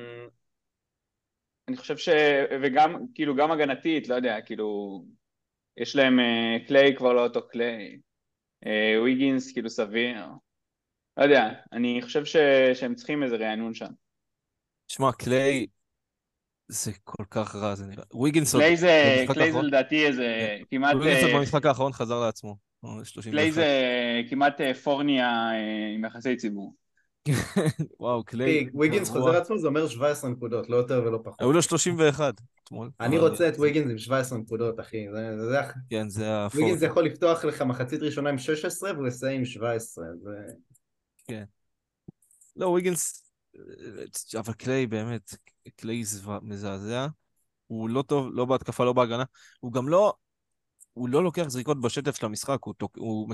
אני חושב וגם כאילו גם הגנתית, לא יודע, כאילו יש להם קליי כבר לא אותו קליי, ויגינס כאילו סביר, לא יודע, אני חושב שהם צריכים איזה רענון שם. שמע, קליי זה כל כך רע, זה נראה. וויגינס עוד במשחק קליי זה האחרון, לדעתי איזה כן. כמעט, וויגינס עוד במשחק האחרון חזר לעצמו, קליי זה 31. כמעט פורניה עם יחסי ציבור. וואו, קליי וויגינס חוזר גרוע. לעצמו, זה אומר 17 נקודות, לא יותר ולא היו פחות. לו 31 אתמול, אני אבל רוצה את וויגינס עם 17 נקודות, אחי. כן, זה וויגינס הפורטה. יכול לפתוח לך מחצית ראשונה עם 16 והוא יסיים עם 17. כן. לא, וויגינס, אבל קליי באמת, קליי מזעזע. הוא לא טוב, לא בהתקפה, לא בהגנה. הוא גם לא, הוא לא לוקח זריקות בשטף של המשחק, הוא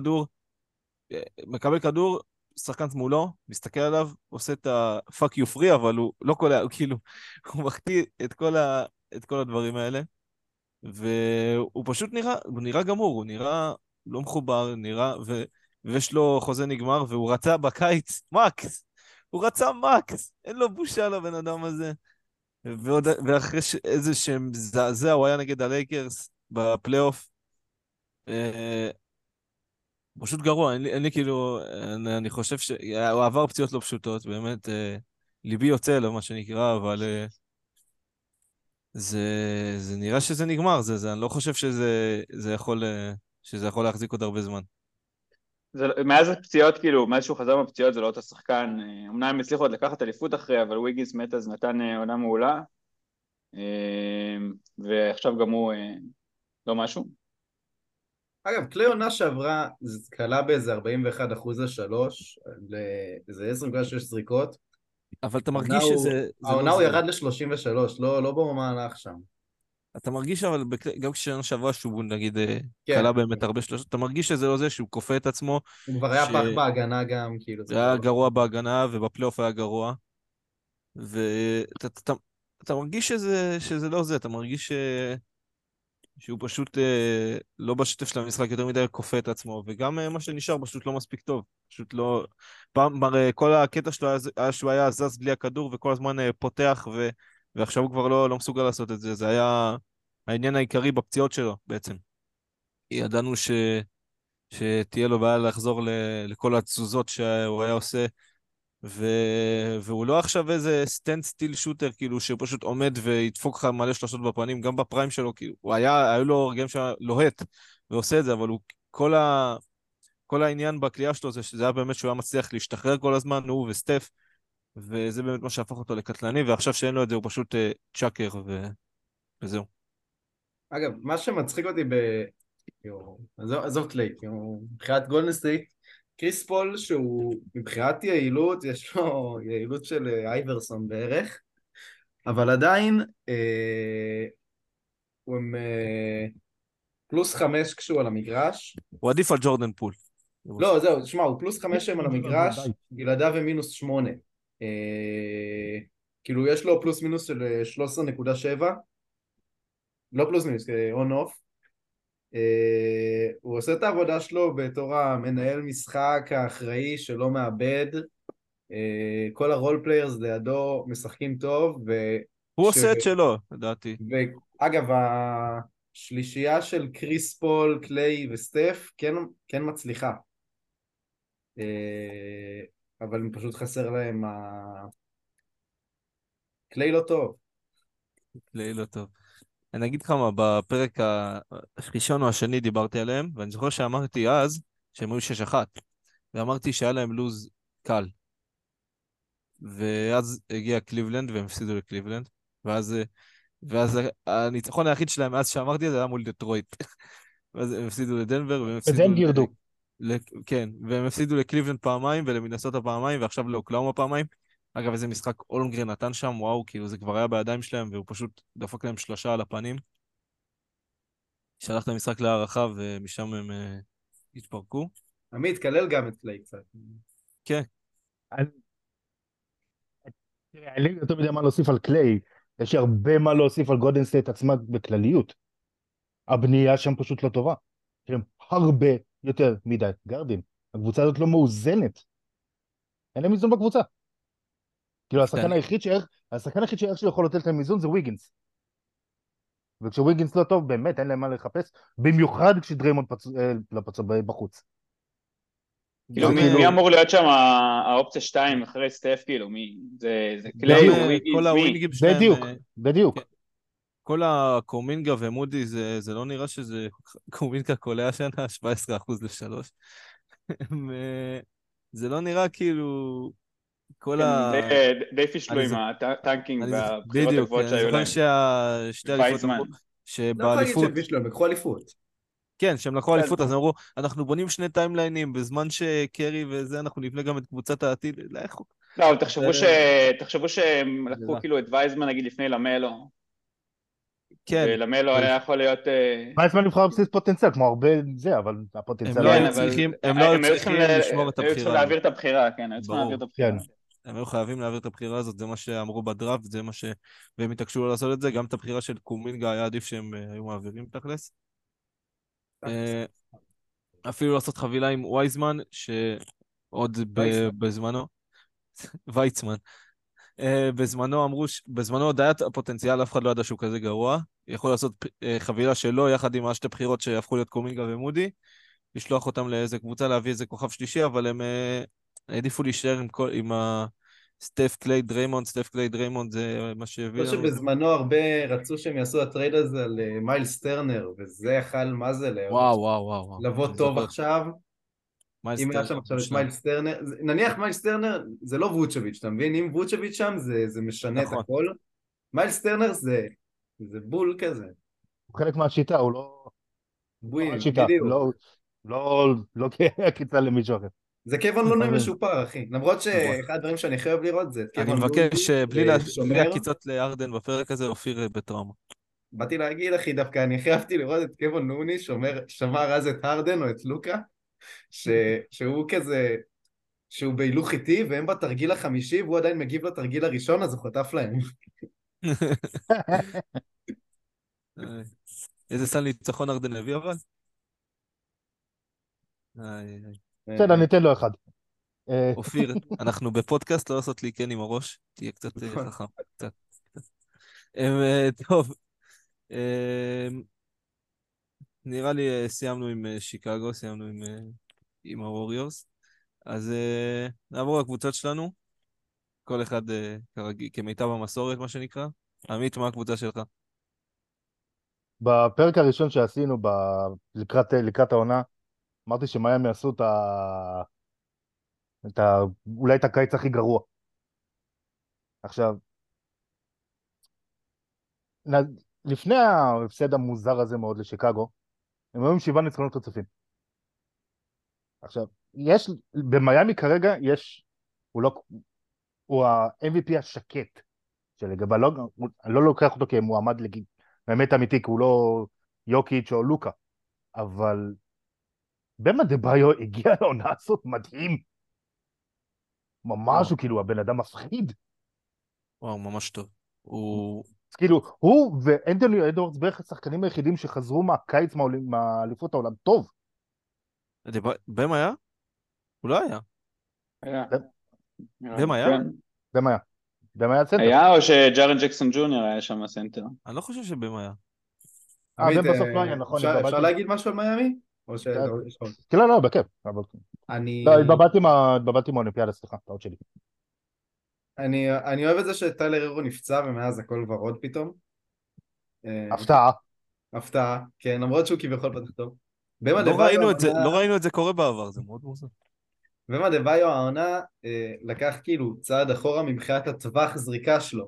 מקבל כדור, שחקן מולו, מסתכל עליו, עושה את ה-fuck you free, אבל הוא לא קולע, הוא כאילו, הוא מחטיא את כל הדברים האלה, והוא פשוט נראה, הוא נראה גמור, הוא נראה לא מחובר, ויש לו חוזה נגמר, והוא רצה בקיץ מקס, הוא רצה מקס, אין לו בושה לבן אדם הזה. ואחרי איזה שם זעזע, הוא היה נגד הלייקרס בפלייאוף, פשוט גרוע, אין לי כאילו, אני חושב שהוא עבר פציעות לא פשוטות, באמת, ליבי יוצא לו, מה שנקרא, אבל זה, זה נראה שזה נגמר, אני לא חושב שזה יכול להחזיק עוד הרבה זמן. מאז הפציעות, כאילו, מאז שהוא חזר מהפציעות זה לא אותו שחקן, אמנם הם הצליחו עוד לקחת אליפות אחרי, אבל וויגינס מת אז נתן עונה מעולה, ועכשיו גם הוא לא משהו. אגב, קליי עונה שעברה, זה קלה באיזה 41% לשלוש, לאיזה 10.6 זריקות. אבל אתה מרגיש שזה לא העונה הוא זה. ירד ל-33, לא במהלך שם. אתה מרגיש, אבל גם כששנה שעברה שהוא נגיד כן, קלה באמת הרבה שלושות, אתה מרגיש שזה לא זה שהוא כופה את עצמו, הוא כבר היה פח בהגנה גם, כאילו, זה כבר שהיה לא... גרוע בהגנה ובפלייאוף היה גרוע, ואתה מרגיש שזה לא זה, אתה מרגיש שהוא פשוט לא בשטף של המשחק יותר מדי כופה את עצמו, וגם מה שנשאר פשוט לא מספיק טוב. פשוט לא... פעם, הרי כל הקטע שלו היה שהוא היה זז בלי הכדור וכל הזמן פותח, ועכשיו הוא כבר לא מסוגל לעשות את זה. זה היה העניין העיקרי בפציעות שלו בעצם. ידענו שתהיה לו בעיה לחזור לכל התזוזות שהוא היה עושה, ו... והוא לא עכשיו איזה סטנד סטיל שוטר, כאילו, שפשוט עומד וידפוק לך מלא שלושות בפנים, גם בפריים שלו, כאילו, היו לו רגעים שהיה לוהט ועושה את זה, אבל כל העניין בקליעה שלו זה שזה היה באמת שהוא היה מצליח להשתחרר כל הזמן, הוא וסטף, וזה באמת מה שהפך אותו לקטלני, ועכשיו שאין לו את זה הוא פשוט צ'אקר, וזהו. אגב, מה שמצחיק אותי עזוב קליי, מבחינת גולדן סטייט, קריס פול שהוא מבחינת יעילות, יש לו יעילות של אייברסון בערך, אבל עדיין הוא עם +5 כשהוא על המגרש. הוא עדיף על ג'ורדן פול. לא, זהו, תשמע, הוא +5 שהם על המגרש, בלעדיו הם -8. כאילו יש לו פלוס מינוס של 13.7, לא פלוס מינוס, און אוף. הוא עושה את העבודה שלו בתור המנהל משחק האחראי שלא מאבד, כל הרול פליירס לידו משחקים טוב, הוא עושה את שלו, לדעתי. ואגב, השלישייה של קריס פול, קליי וסטף כן מצליחה, אבל פשוט חסר להם קליי לא טוב. קליי לא טוב. אני אגיד לך מה, בפרק הראשון או השני דיברתי עליהם, ואני זוכר שאמרתי אז שהם היו 6-1, ואמרתי שהיה להם לוז קל. ואז הגיע קליבלנד והם הפסידו לקליבלנד, ואז הניצחון היחיד שלהם מאז שאמרתי את זה היה מול דטרויט. ואז הם הפסידו לדנבר והם וזה הפסידו הם גירדו. כן, והם הפסידו לקליבלנד פעמיים ולמינסוטה פעמיים ועכשיו לאוקלאומה פעמיים. אגב, איזה משחק אולמגרן נתן שם, וואו, כאילו זה כבר היה בידיים שלהם והוא פשוט דפק להם שלושה על הפנים. שלח את המשחק להערכה ומשם הם התפרקו. עמית, כלל גם את קליי קצת. כן. תראה, אין לי יותר מדי מה להוסיף על קליי, יש לי הרבה מה להוסיף על גולדן סטייט עצמה בכלליות. הבנייה שם פשוט לא טובה. יש להם הרבה יותר מדי גארדים. הקבוצה הזאת לא מאוזנת. אין להם איזון בקבוצה. כאילו, השחקן היחיד שאיך שלו יכול לתת להם איזון זה ויגינס. וכשוויגינס לא טוב, באמת אין להם מה לחפש, במיוחד כשדריימונד לא פצוע בחוץ. כאילו, זה מי כאילו, אמור להיות שם האופציה 2 אחרי סטף, כאילו, מי? זה גם קליי, בדיוק, כל וויגינס, מי? הווינגים שלהם, בדיוק, בדיוק. כן, כל הקומינגה ומודי, זה לא נראה שזה קומינגה קולע השנה, 17% ל-3. זה לא נראה כאילו כל כן, ה... די פישלו אני עם זוכר, הטנקינג והבחירות בדיוק, הגבוהות אני שהיו זוכר להם. שהשתי אליפות וייזמן. אמרו לא יכול להגיד שהם שבאליפות, בישלו, הם לקחו אליפות. כן, שהם לקחו בסדר. אליפות, אז הם אמרו, אנחנו בונים שני טיימליינים, בזמן שקרי וזה, אנחנו נבנה גם את קבוצת העתיד, איך הוא... לא, אבל זה- תחשבו שהם זה לקחו רע. כאילו את וייזמן נגיד לפני למלו, כן, ולמלו היה יכול להיות... וייסמן נבחר בסיס פוטנציאל, כמו הרבה זה, אבל הם הפוטנציאל לא לא כן, היו היה. אבל צריכים, הם לא היו הם היו צריכים צריכים לשמור את הבחירה הזאת, להעביר את הבחירה, כן, היו צריכים להעביר את ברור. הבחירה. כן. הם היו חייבים להעביר את הבחירה הזאת, זה מה שאמרו בדראפט, זה מה ש... והם התעקשו לא לעשות את זה, גם את הבחירה של קומינגה היה עדיף שהם היו מעבירים תכלס. אה, אפילו לעשות חבילה עם וייזמן, שעוד וייסמן. בזמנו, ויצמן, בזמנו אמרו, בזמנו עוד היה הפוטנציאל, אף אחד לא ידע שהוא כזה גרוע, יכול לעשות חבילה שלו, יחד עם השתי בחירות שהפכו להיות קומינגה ומודי, לשלוח אותם לאיזה קבוצה, להביא איזה כוכב שלישי, אבל הם העדיפו להישאר עם סטף קליי דריימונד, סטף קליי דריימונד זה מה לא שהביא לנו אותם. שבזמנו הרבה רצו שהם יעשו הטרייד הזה על מיילס טרנר, וזה יכל, מה זה, וואו, וואו, וואו, וואו. לבוא אני טוב זוכר. עכשיו. מיילס אם היה טרנר, שם עכשיו את מושלם. מיילס טרנר, נניח מיילס טרנר זה לא ווצ'ביץ', אתה מבין? אם ווצ'ביץ' שם זה משנה את נכון. הכל. מיילס טרנר זה בול כזה. הוא חלק מהשיטה, הוא לא בול, השיטה, בדיוק. לא כעקיצה למישהו אחר. זה קייבון אתה לוני מבין? משופר, אחי. למרות נכון. שאחד הדברים שאני חייב לראות זה את אני קייבון לוני מבקש, בלי שומר. עקיצות לארדן בפרק הזה, אופיר בטראומה. באתי להגיד, אחי, דווקא אני חייבתי לראות את קייבון לוני שמר אז את הרדן או את לוקה, שהוא כזה, שהוא בהילוך איטי, והם בתרגיל החמישי, והוא עדיין מגיב לתרגיל הראשון, אז הוא חטף להם. איזה סל ניצחון ארדן הביא אבל? איי, איי. בסדר, ניתן לו אחד. אופיר, אנחנו בפודקאסט, לא לעשות לי כן עם הראש, תהיה קצת חכם. קצת. טוב, אמ, נראה לי סיימנו עם שיקגו, סיימנו עם הווריורס. אז נעבור לקבוצות שלנו, כל אחד כרגיל, כמיטב המסורת, מה שנקרא. עמית, מה הקבוצה שלך? בפרק הראשון שעשינו לקראת העונה, אמרתי שמיאמי עשו אולי את הקיץ הכי גרוע. עכשיו, לפני ההפסד המוזר הזה מאוד לשיקגו, הם היו עם 7 ניצחונות רצופים. עכשיו, במיאמי כרגע הוא ה-MVP השקט שלגבי, אני לא לוקח אותו כמועמד באמת אמיתי, כי הוא לא יוקיץ' או לוקה, אבל במה דה-ביו הגיע לעונה הזאת מדהים. ממש, הוא כאילו הבן אדם מפחיד. וואו, ממש טוב. אז כאילו, הוא ואנתוני אדוארדס בערך השחקנים היחידים שחזרו מהקיץ מאליפות העולם. טוב. בם היה? הוא לא היה. היה. בם היה? כן. במה היה סנטר. היה או שג'ארן ג'קסון ג'וניור היה שם הסנטר? אני לא חושב שבם היה. עמית, בן בסוף לא היה, נכון. אפשר להגיד משהו על מיאמי? או ש... כן, לא, בכיף. אני... לא, התבלבלתי מהאולימפיאדה, סליחה, טעות שלי. אני אוהב את זה שטיילר הירו נפצע ומאז הכל ורוד פתאום. הפתעה. הפתעה, כן, למרות שהוא כביכול פתח טוב. לא ראינו את זה קורה בעבר, זה מאוד מוזר. במה דה-ביו העונה לקח כאילו צעד אחורה מבחינת הטווח זריקה שלו.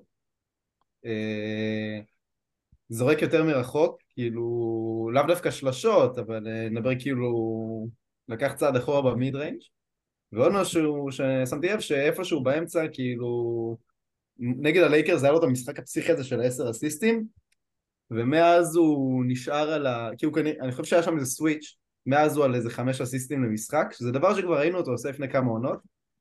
זורק יותר מרחוק, כאילו לאו דווקא שלשות, אבל נדבר כאילו לקח צעד אחורה במיד ריינג'. ועוד משהו ששמתי לב שאיפשהו באמצע כאילו נגד הלייקרס היה לו את המשחק הפסיכי הזה של 10 אסיסטים, ומאז הוא נשאר על כאילו אני חושב שהיה שם איזה סוויץ', מאז הוא על איזה 5 אסיסטים למשחק, שזה דבר שכבר ראינו אותו עושה לפני כמה עונות,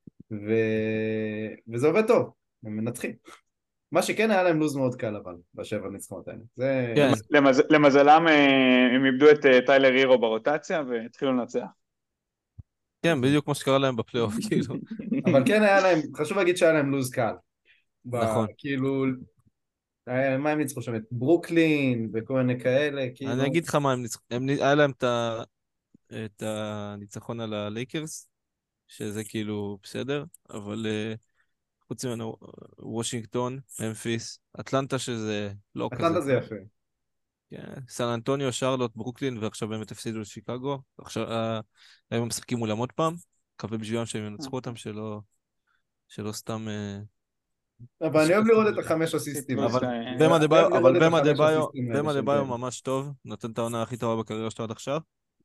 וזה עובד טוב, הם מנצחים. מה שכן היה להם לוז מאוד קל אבל, בשבע ניצחונות האלה. כן. למזלם הם איבדו את טיילר הירו ברוטציה והתחילו לנצח. כן, בדיוק כמו שקרה להם בפלייאוף, כאילו. אבל כן היה להם, חשוב להגיד שהיה להם לוז קל. נכון. כאילו, מה הם ניצחו שם? את ברוקלין וכל מיני כאלה, אני כאילו. אגיד לך מה הם ניצחו. היה להם את הניצחון על הלייקרס, שזה כאילו בסדר, אבל חוץ ממנו, וושינגטון, ממפיס, אטלנטה שזה לא כזה אטלנטה זה טוב. יפה. כן, סן אנטוניו, שרלוט, ברוקלין, ועכשיו באמת הפסידו לשיקגו. עכשיו, היום הם משחקים מולם עוד פעם. מקווה בשבילם שהם ינצחו אותם, שלא סתם אבל אני אוהב ישפכו לראות את דברים. החמש אסיסטים אבל האלה. סיפוס, במה אני אוהב דביו, אבל לראות את החמש אסיסטים האלה במה של דביו דייוויס. ממש טוב, נותן את העונה הכי טובה בקריירה שלו עד עכשיו.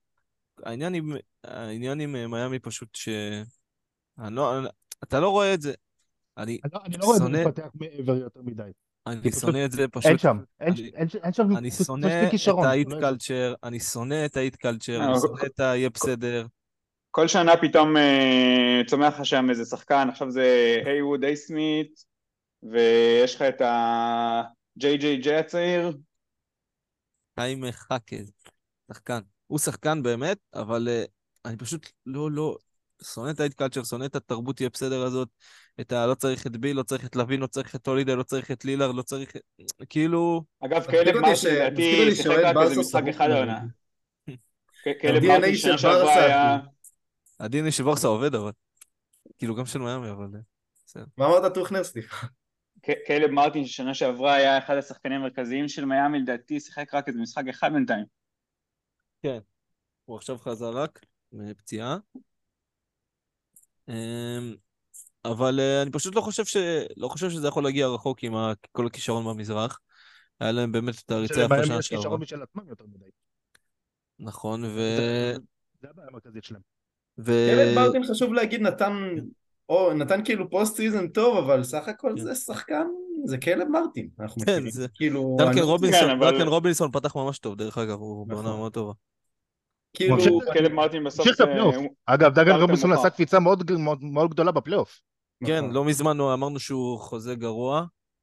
העניין עם מיאמי פשוט אני לא, אתה לא רואה את זה. אני אני לא רואה את זה שונא, מתפתח מעבר יותר מדי. כי אני פשוט שונא את זה אין פשוט. שם, אני, אין שם אני מספיק שונא את כישרון. האיט קלצ'ר, אני שונא את האיט קלצ'ר, אני שונא את היהיה בסדר. כל שנה פתאום צומח לך שם איזה שחקן, עכשיו זה היווד סמית, ויש לך את ג'יי ג'יי ג'יי הצעיר. חיים חכז, שחקן. הוא שחקן באמת, אבל אני פשוט לא, שונא את האיט קלצ'ר, שונא את התרבות יהיה בסדר הזאת, לא צריך את ביל, לא צריך את לוין, לא צריך את הולידי, לא צריך את לילר, לא צריך, כאילו, אגב, מצחיק קלב אותי מרטין מצחיק לדעתי אותי שיחק שאוהד רק איזה ברסה משחק שרוף אחד מזה. העונה. קלב מרטין ה-DNA של שנה שעברה ברסה, אחי. היה... הדין של ברסה עובד, אבל, כאילו גם של מיאמי, אבל, בסדר. מה אמרת טוכנר? סליחה. קלב מרטין ששנה שעברה היה אחד השחקנים המרכזיים של מיאמי, לדעתי שיחק רק איזה משחק אחד בינתיים. כן, הוא עכשיו חזר רק מפציעה. אמ, אבל אני פשוט לא חושב שזה יכול להגיע רחוק עם כל הכישרון במזרח. היה להם באמת את הריצה יפה שלמיאמי שנה יש שעברה. כישרון משל עצמם יותר מדי. נכון, זה הבעיה המרכזית שלהם. קלב ו... מרטין חשוב להגיד נתן כאילו פוסט סיזן טוב, אבל סך הכל כן, זה שחקן, זה קלב מרטין, אנחנו כן, מכירים. זה... כאילו, אני לא רוצה... כן, דנקן אבל רובינסון פתח ממש טוב, דרך אגב, הוא בעונה נכון. מאוד טובה. הוא ממשיך כאילו, קלב מרטין בסוף ממשיך את זה... הפלייאוף. אגב, דאגן סטארטר רובינסון עשה מוכח. קפיצה מאוד גדולה בפלייאוף. כן, נכון. לא מזמן אמרנו שהוא חוזה גרוע,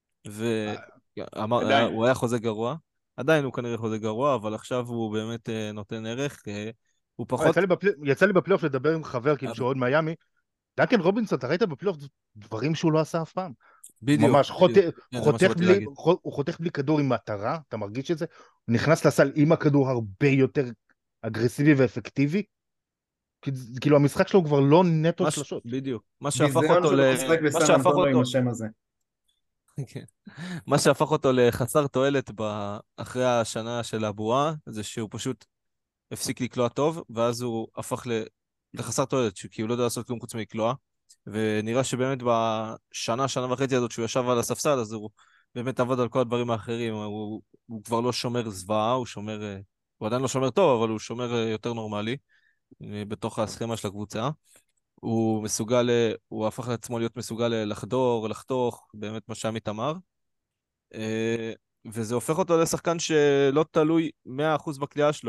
עדיין. הוא היה חוזה גרוע, עדיין הוא כנראה חוזה גרוע, אבל עכשיו הוא באמת נותן ערך, הוא פחות... יצא לי בפלייאוף לדבר עם חבר, כאילו שהוא אוהד מיאמי. דאגן רובינסון, אתה ראית בפלייאוף דברים שהוא לא עשה אף פעם. בדיוק, ממש בדיוק. כן, זה מה שבאתי להגיד. הוא חותך בלי כדור עם מטרה, אתה מרגיש את זה? הוא נכנס לסל עם הכדור הרבה יותר אגרסיבי ואפקטיבי. כאילו המשחק שלו הוא כבר לא נטו שלשות. בדיוק. ביזיון שהוא לא משחק בסן אנטונו עם השם הזה. כן. מה שהפך אותו לחסר תועלת אחרי השנה של הבועה, זה שהוא פשוט הפסיק לקלוע טוב, ואז הוא הפך לחסר תועלת, כי הוא לא יודע לעשות כלום חוץ מלקלוע, ונראה שבאמת שנה וחצי הזאת שהוא ישב על הספסל, אז הוא באמת עבד על כל הדברים האחרים, הוא כבר לא שומר זוועה, הוא עדיין לא שומר טוב, אבל הוא שומר יותר נורמלי, בתוך הסכמה של הקבוצה. הוא הפך לעצמו להיות מסוגל לחדור, לחתוך, באמת מה שעמית אמר. וזה הופך אותו לשחקן שלא תלוי 100% בקליעה שלו,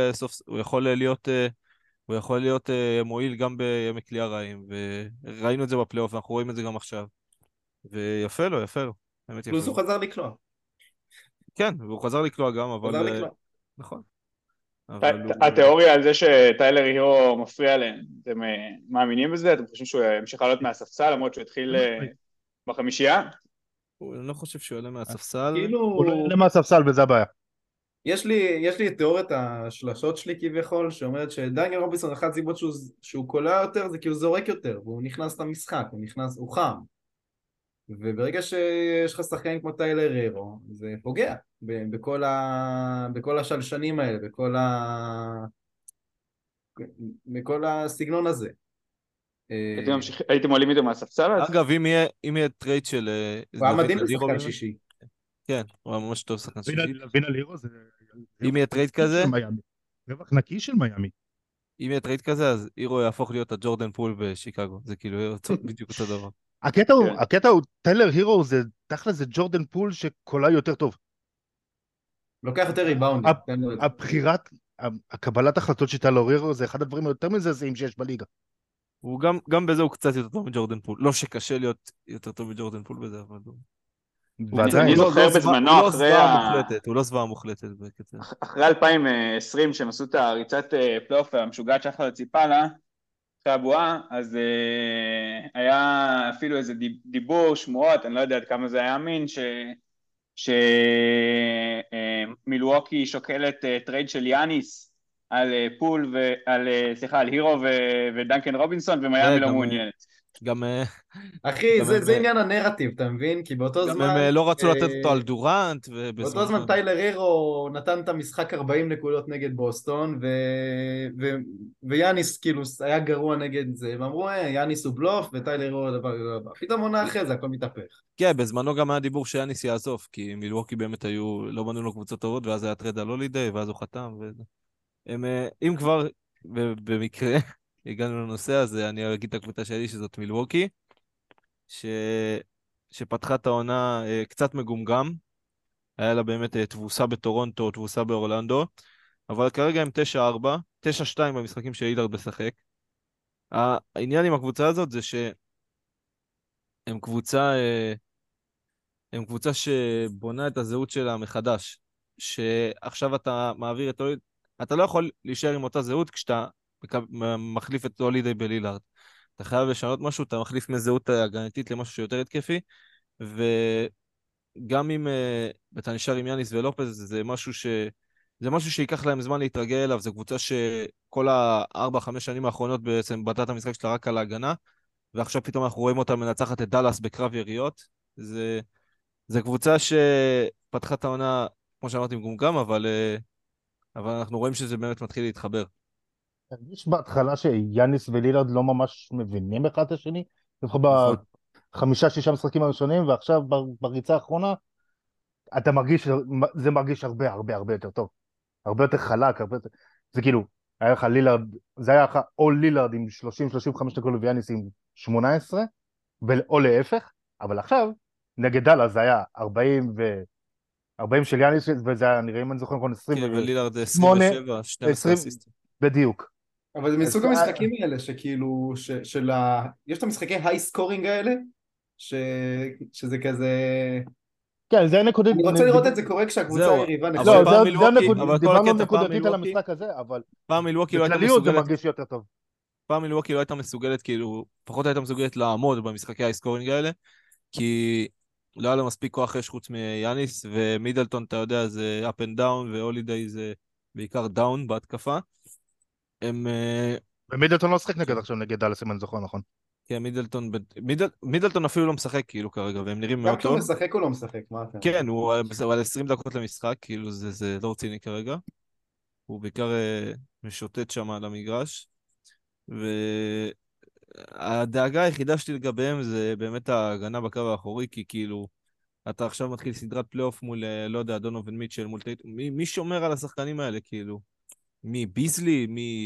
הוא יכול להיות מועיל גם בימי קליעה רעים, וראינו את זה בפלייאוף, ואנחנו רואים את זה גם עכשיו. ויפה לו, יפה לו, באמת יפה פלוס לו. הוא חזר לקלוע. כן, והוא חזר לקלוע גם, חזר אבל... לקלוע. נכון. אבל הוא... התיאוריה על זה שטיילר הירו מפריע להם, אתם מאמינים בזה? אתם חושבים שהוא ימשיך לעלות מהספסל למרות שהוא התחיל בחמישייה? אני לא חושב שהוא עולה מהספסל. כאילו, הוא לא יעלה מהספסל וזה הבעיה. יש לי את תיאוריית השלשות שלי כביכול, שאומרת שדניאל רובינסון, אחת הסיבות שהוא קולע יותר זה כי הוא זורק יותר, והוא נכנס למשחק, הוא חם. וברגע שיש לך שחקנים כמו טיילר הירו, זה פוגע בכל השלשנים האלה, בכל הסגנון הזה. הייתם עולים איתו מהספסל אז? אגב, אם יהיה טרייד של הוא היה מדהים דוד אדירו, לשחקן שישי. כן, הוא היה ממש טוב שחקן שישי. להבין על הירו זה אם יהיה טרייד כזה, רווח נקי של מיאמי. אם יהיה טרייד כזה, אז הירו יהפוך להיות הג'ורדן פול בשיקגו. זה כאילו יהיה בדיוק אותו דבר. הקטע הוא טיילר הירו זה תכל'ס זה ג'ורדן פול שקולע יותר טוב. לוקח יותר ריבאונדים. הבחירת, הקבלת החלטות של טיילר הירו זה אחד הדברים היותר מזעזעים שיש בליגה. הוא גם בזה הוא קצת יותר טוב מג'ורדן פול. לא שקשה להיות יותר טוב מג'ורדן פול בזה, אבל אני זוכר בזמנו הוא לא זוועה מוחלטת בקצר. אחרי 2020 שהם עשו את הריצת פלייאוף המשוגעת שאחלה ציפה לה אחרי הבועה, אז היה אפילו איזה דיבור, שמועות, אני לא יודע עד כמה זה היה אמין, שמילווקי שוקלת טרייד של יאניס על פול ועל, סליחה, על הירו ודנקן רובינסון, ומיאמי לא וגם מעוניינת. גם, אחי, גם הם, זה עניין הנרטיב, אתה מבין? כי באותו גם הם זמן, לא רצו לתת אותו על דורנט, ובזמנו... טיילר הירו נתן את המשחק 40 נקודות נגד בוסטון, ו... ויאניס כאילו היה גרוע נגד זה, ואמרו, יאניס הוא בלוף, וטיילר הירו דבר גרוע. פתאום עונה אחרי זה, הכל מתהפך. כן, בזמנו גם היה דיבור שיאניס יעזוב, כי מילווקי באמת לא בנו לו קבוצות טובות, ואז היה טרד על הולידיי, ואז הוא חתם. הם, אם כבר, במקרה, הגענו לנושא הזה, אני אגיד את הקבוצה שלי, שזאת מילווקי, ש... שפתחה את העונה קצת מגומגם, היה לה באמת תבוסה בטורונטו, תבוסה באורלנדו, אבל כרגע הם 9-4, 9-2 במשחקים של אילארד משחק. העניין עם הקבוצה הזאת זה שהם קבוצה, הם קבוצה שבונה את הזהות שלה מחדש, שעכשיו אתה מעביר את הולידיי, אתה לא יכול להישאר עם אותה זהות כשאתה מחליף את הולידיי בלילארד. אתה חייב לשנות משהו, אתה מחליף מזהות הגנתית למשהו שיותר התקפי, וגם אם אתה נשאר עם יאניס ולופז, זה משהו שיקח להם זמן להתרגל אליו. זו קבוצה שכל 4-5 שנים האחרונות בעצם בנתה את המשחק שלה רק על ההגנה, ועכשיו פתאום אנחנו רואים אותה מנצחת את דלס בקרב יריות. זה קבוצה שפתחה את העונה, כמו שאמרתי, מגומגם, אבל אנחנו רואים שזה באמת מתחיל להתחבר. הרגיש בהתחלה שיאניס ולילארד לא ממש מבינים אחד את השני, לפחות נכון. ב5-6 משחקים הראשונים, ועכשיו בריצה האחרונה, אתה מרגיש, זה מרגיש הרבה הרבה הרבה יותר טוב. הרבה יותר חלק, הרבה יותר... זה כאילו, היה לך לילארד, זה היה לך או לילארד עם 30-35 נקודות ויאניס עם 18, או להפך, אבל עכשיו, נגד דאלאס זה היה 40 של יאניס, וזה היה, נראה אם אני זוכר נכון, כן, 28, ולילארד 27, 12 אסיסטים. בדיוק. אבל זה מסוג המשחקים האלה, שכאילו, יש את המשחקי היי סקורינג האלה, שזה כזה... כן, זה נקודות... אני רוצה לראות את זה קורה כשהקבוצה היריבה אבל נחשבת. פעם מילווקי, אבל כל דיברנו הקטע, פעם נקודתית על מילווקי, המשחק הזה, אבל פעם מילווקי לא הייתה בכלליות זה מסוגלת, מרגיש יותר טוב. פעם מילווקי לא הייתה מסוגלת, כאילו, פחות הייתה מסוגלת לעמוד במשחקי האיסקורינג האלה, כי לא היה לו מספיק כוח אש חוץ מיאניס, ומידלטון, אתה יודע, זה up and down, והולידיי זה בעיקר דאון בהתקפה. הם... ומידלטון לא שחק נגד עכשיו נגד דאלאס, אם אני זוכר נכון. כן, מידלטון אפילו לא משחק כאילו כרגע, והם נראים מאוד גם כשהוא טוב. משחק הוא לא משחק, מה אתה? כן, הוא על 20 דקות למשחק, כאילו זה לא רציני כרגע. הוא בעיקר משוטט שם על המגרש. והדאגה היחידה שלי לגביהם זה באמת ההגנה בקו האחורי, כי כאילו, אתה עכשיו מתחיל סדרת פלייאוף מול, לא יודע, דונובין מיטשל, מול טייט, מי שומר על השחקנים האלה, כאילו? מי ביזלי?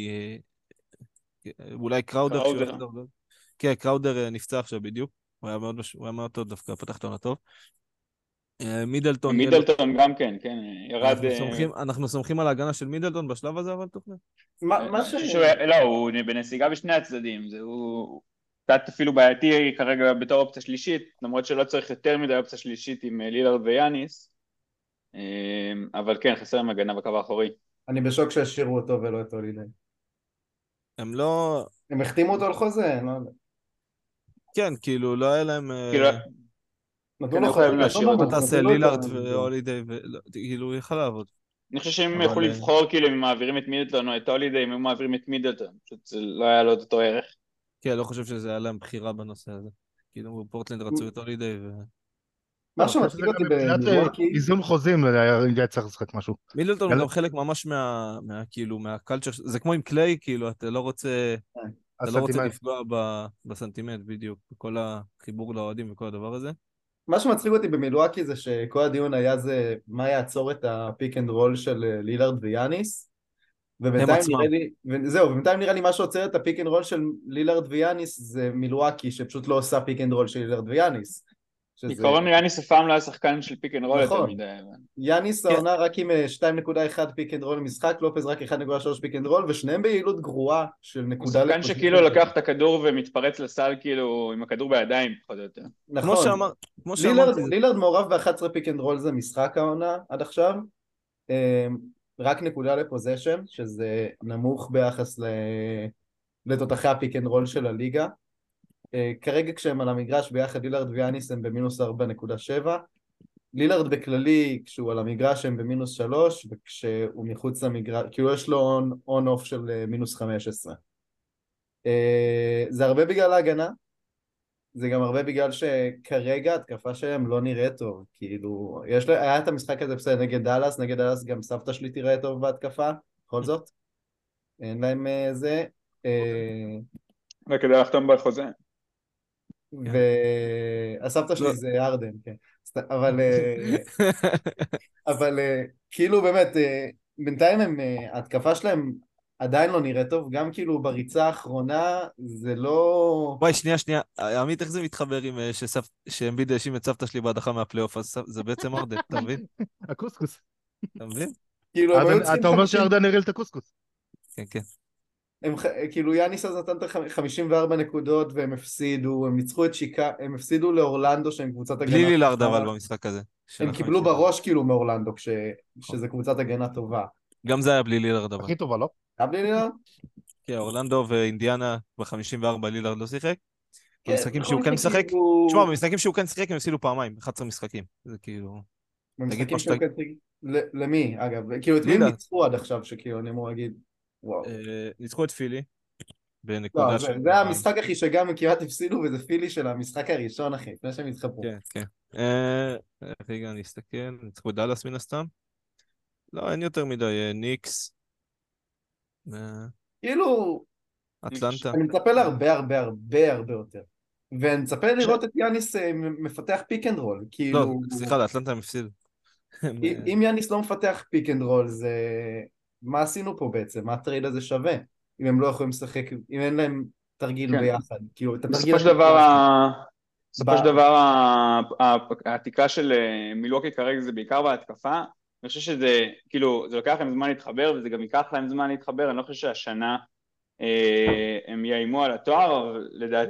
אולי קראודר? כן, קראודר נפצע עכשיו בדיוק. הוא היה מאוד טוב דווקא, פתח עונה טוב. מידלטון... מידלטון גם כן, ירד... אנחנו סומכים על ההגנה של מידלטון בשלב הזה, אבל תוכנית. לא, הוא בנסיגה בשני הצדדים, הוא קצת אפילו בעייתי כרגע בתור אופציה שלישית, למרות שלא צריך יותר מדי אופציה שלישית עם לילארד ויאניס, אבל כן, חסר עם הגנה בקו האחורי. אני בשוק שהשאירו אותו ולא את הולידיי. הם לא... הם החתימו אותו על חוזה, לא יודע. כן, כאילו, לא היה להם... נתנו לו חייבים להשאיר אותו. אתה תעשה לילארד והולידיי, כאילו, הוא יכל לעבוד. אני חושב שהם יכלו לבחור, כאילו, אם מעבירים את מידלטון או את הולידיי, אם הם מעבירים את מידלטון, פשוט זה לא היה לו את אותו ערך. כן, לא חושב שזה היה להם בחירה בנושא הזה. כאילו, פורטלנד רצו את הולידיי ו... מה שמציג אותי במילווקי... איזון חוזים, היה צריך לשחק משהו. מידלטון הוא גם חלק ממש כאילו, מהקלצ'ר, זה כמו עם קליי, כאילו, אתה לא רוצה לפגוע בסנטימנט, בדיוק, בכל החיבור לאוהדים וכל הדבר הזה. מה שמצחיק אותי במילווקי זה שכל הדיון היה זה מה יעצור את הפיק אנד רול של לילארד ויאניס, ובינתיים נראה לי מה שעוצר את הפיק אנד רול של לילארד ויאניס זה מילווקי שפשוט לא עושה פיק אנד רול של לילארד ויאניס. בעיקרון יאניס הפעם לא היה שחקן של פיק אנד רול יותר מדי. יאניס העונה רק עם 2.1 פיק אנד רול למשחק, לופז רק 1.3 פיק אנד רול, ושניהם ביעילות גרועה של נקודה. הוא שחקן שכאילו לקח את הכדור ומתפרץ לסל כאילו עם הכדור בידיים פחות או יותר. נכון, לילארד מעורב ב-11 פיק אנד רול זה משחק העונה עד עכשיו, רק נקודה לפוזיישן, שזה נמוך ביחס לתותחי הפיק אנד רול של הליגה. כרגע כשהם על המגרש ביחד לילארד ויאניס הם במינוס 4.7, לילארד בכללי, כשהוא על המגרש הם ב-3, וכשהוא מחוץ למגרש, כאילו יש לו און-אוף של -15. זה הרבה בגלל ההגנה, זה גם הרבה בגלל שכרגע התקפה שלהם לא נראה טוב, כאילו, היה את המשחק הזה בסדר נגד דאלאס גם סבתא שלי תראה טוב בהתקפה, בכל זאת, אין להם זה, וכדי לחתום בחוזה. והסבתא לא. שלי זה ארדן, כן, אבל כאילו באמת, בינתיים ההתקפה שלהם עדיין לא נראה טוב, גם כאילו בריצה האחרונה זה לא... וואי, שנייה. עמית, איך זה מתחבר עם שאמביד האשים את סבתא שלי בהדחה מהפלייאוף, אז זה בעצם ארדן, אתה מבין? הקוסקוס. אתה מבין? כאילו הם היו צריכים אתה אומר 50, שארדן הריל את הקוסקוס. כן. כאילו יאניס אז נתן את 54 נקודות והם הפסידו, הם ניצחו את הם הפסידו לאורלנדו שהם קבוצת הגנה בלי לילארד טובה. אבל במשחק הזה. הם קיבלו בראש כאילו מאורלנדו שזה קבוצת הגנה טובה. גם זה היה בלי לילארד אבל. הכי טובה, לא? היה בלי לילארד? כן, אורלנדו ואינדיאנה ב-54 לילארד לא שיחק. במשחקים שהוא כן משחק, כאילו... תשמע, במשחקים שהוא כן שיחק הם הפסידו פעמיים, 11 משחקים. זה כאילו... במשחקים שהוא כן... למי, אגב? כאילו את מי הם לילארד. ניצחו עד עכשיו שכאילו אני אמור להגיד וואו. ניצחו את פילי. לא, בנקודה זה המשחק הכי שגם כמעט הפסידו וזה פילי של המשחק הראשון אחי, לפני שהם התחברו. כן. רגע, אני אסתכל. ניצחו את דאלאס מן הסתם. לא, אין יותר מדי. ניקס. כאילו, אטלנטה. אני מצפה להרבה הרבה הרבה הרבה יותר. ואני מצפה לראות את יאניס מפתח פיק אנד רול, לא, כאילו... סליחה, לאטלנטה הם הפסידו. אם יאניס לא מפתח פיק אנד רול, זה... מה עשינו פה בעצם? מה הטרייד הזה שווה? אם הם לא יכולים לשחק, אם אין להם תרגיל כן. ביחד. כאילו, את התרגיל... בסופו של דבר העתיקה של מילווקי כרגע זה בעיקר בהתקפה. אני חושב שזה, כאילו, זה לוקח להם זמן להתחבר, וזה גם ייקח להם זמן להתחבר. אני לא חושב שהשנה הם יאיימו על התואר, אבל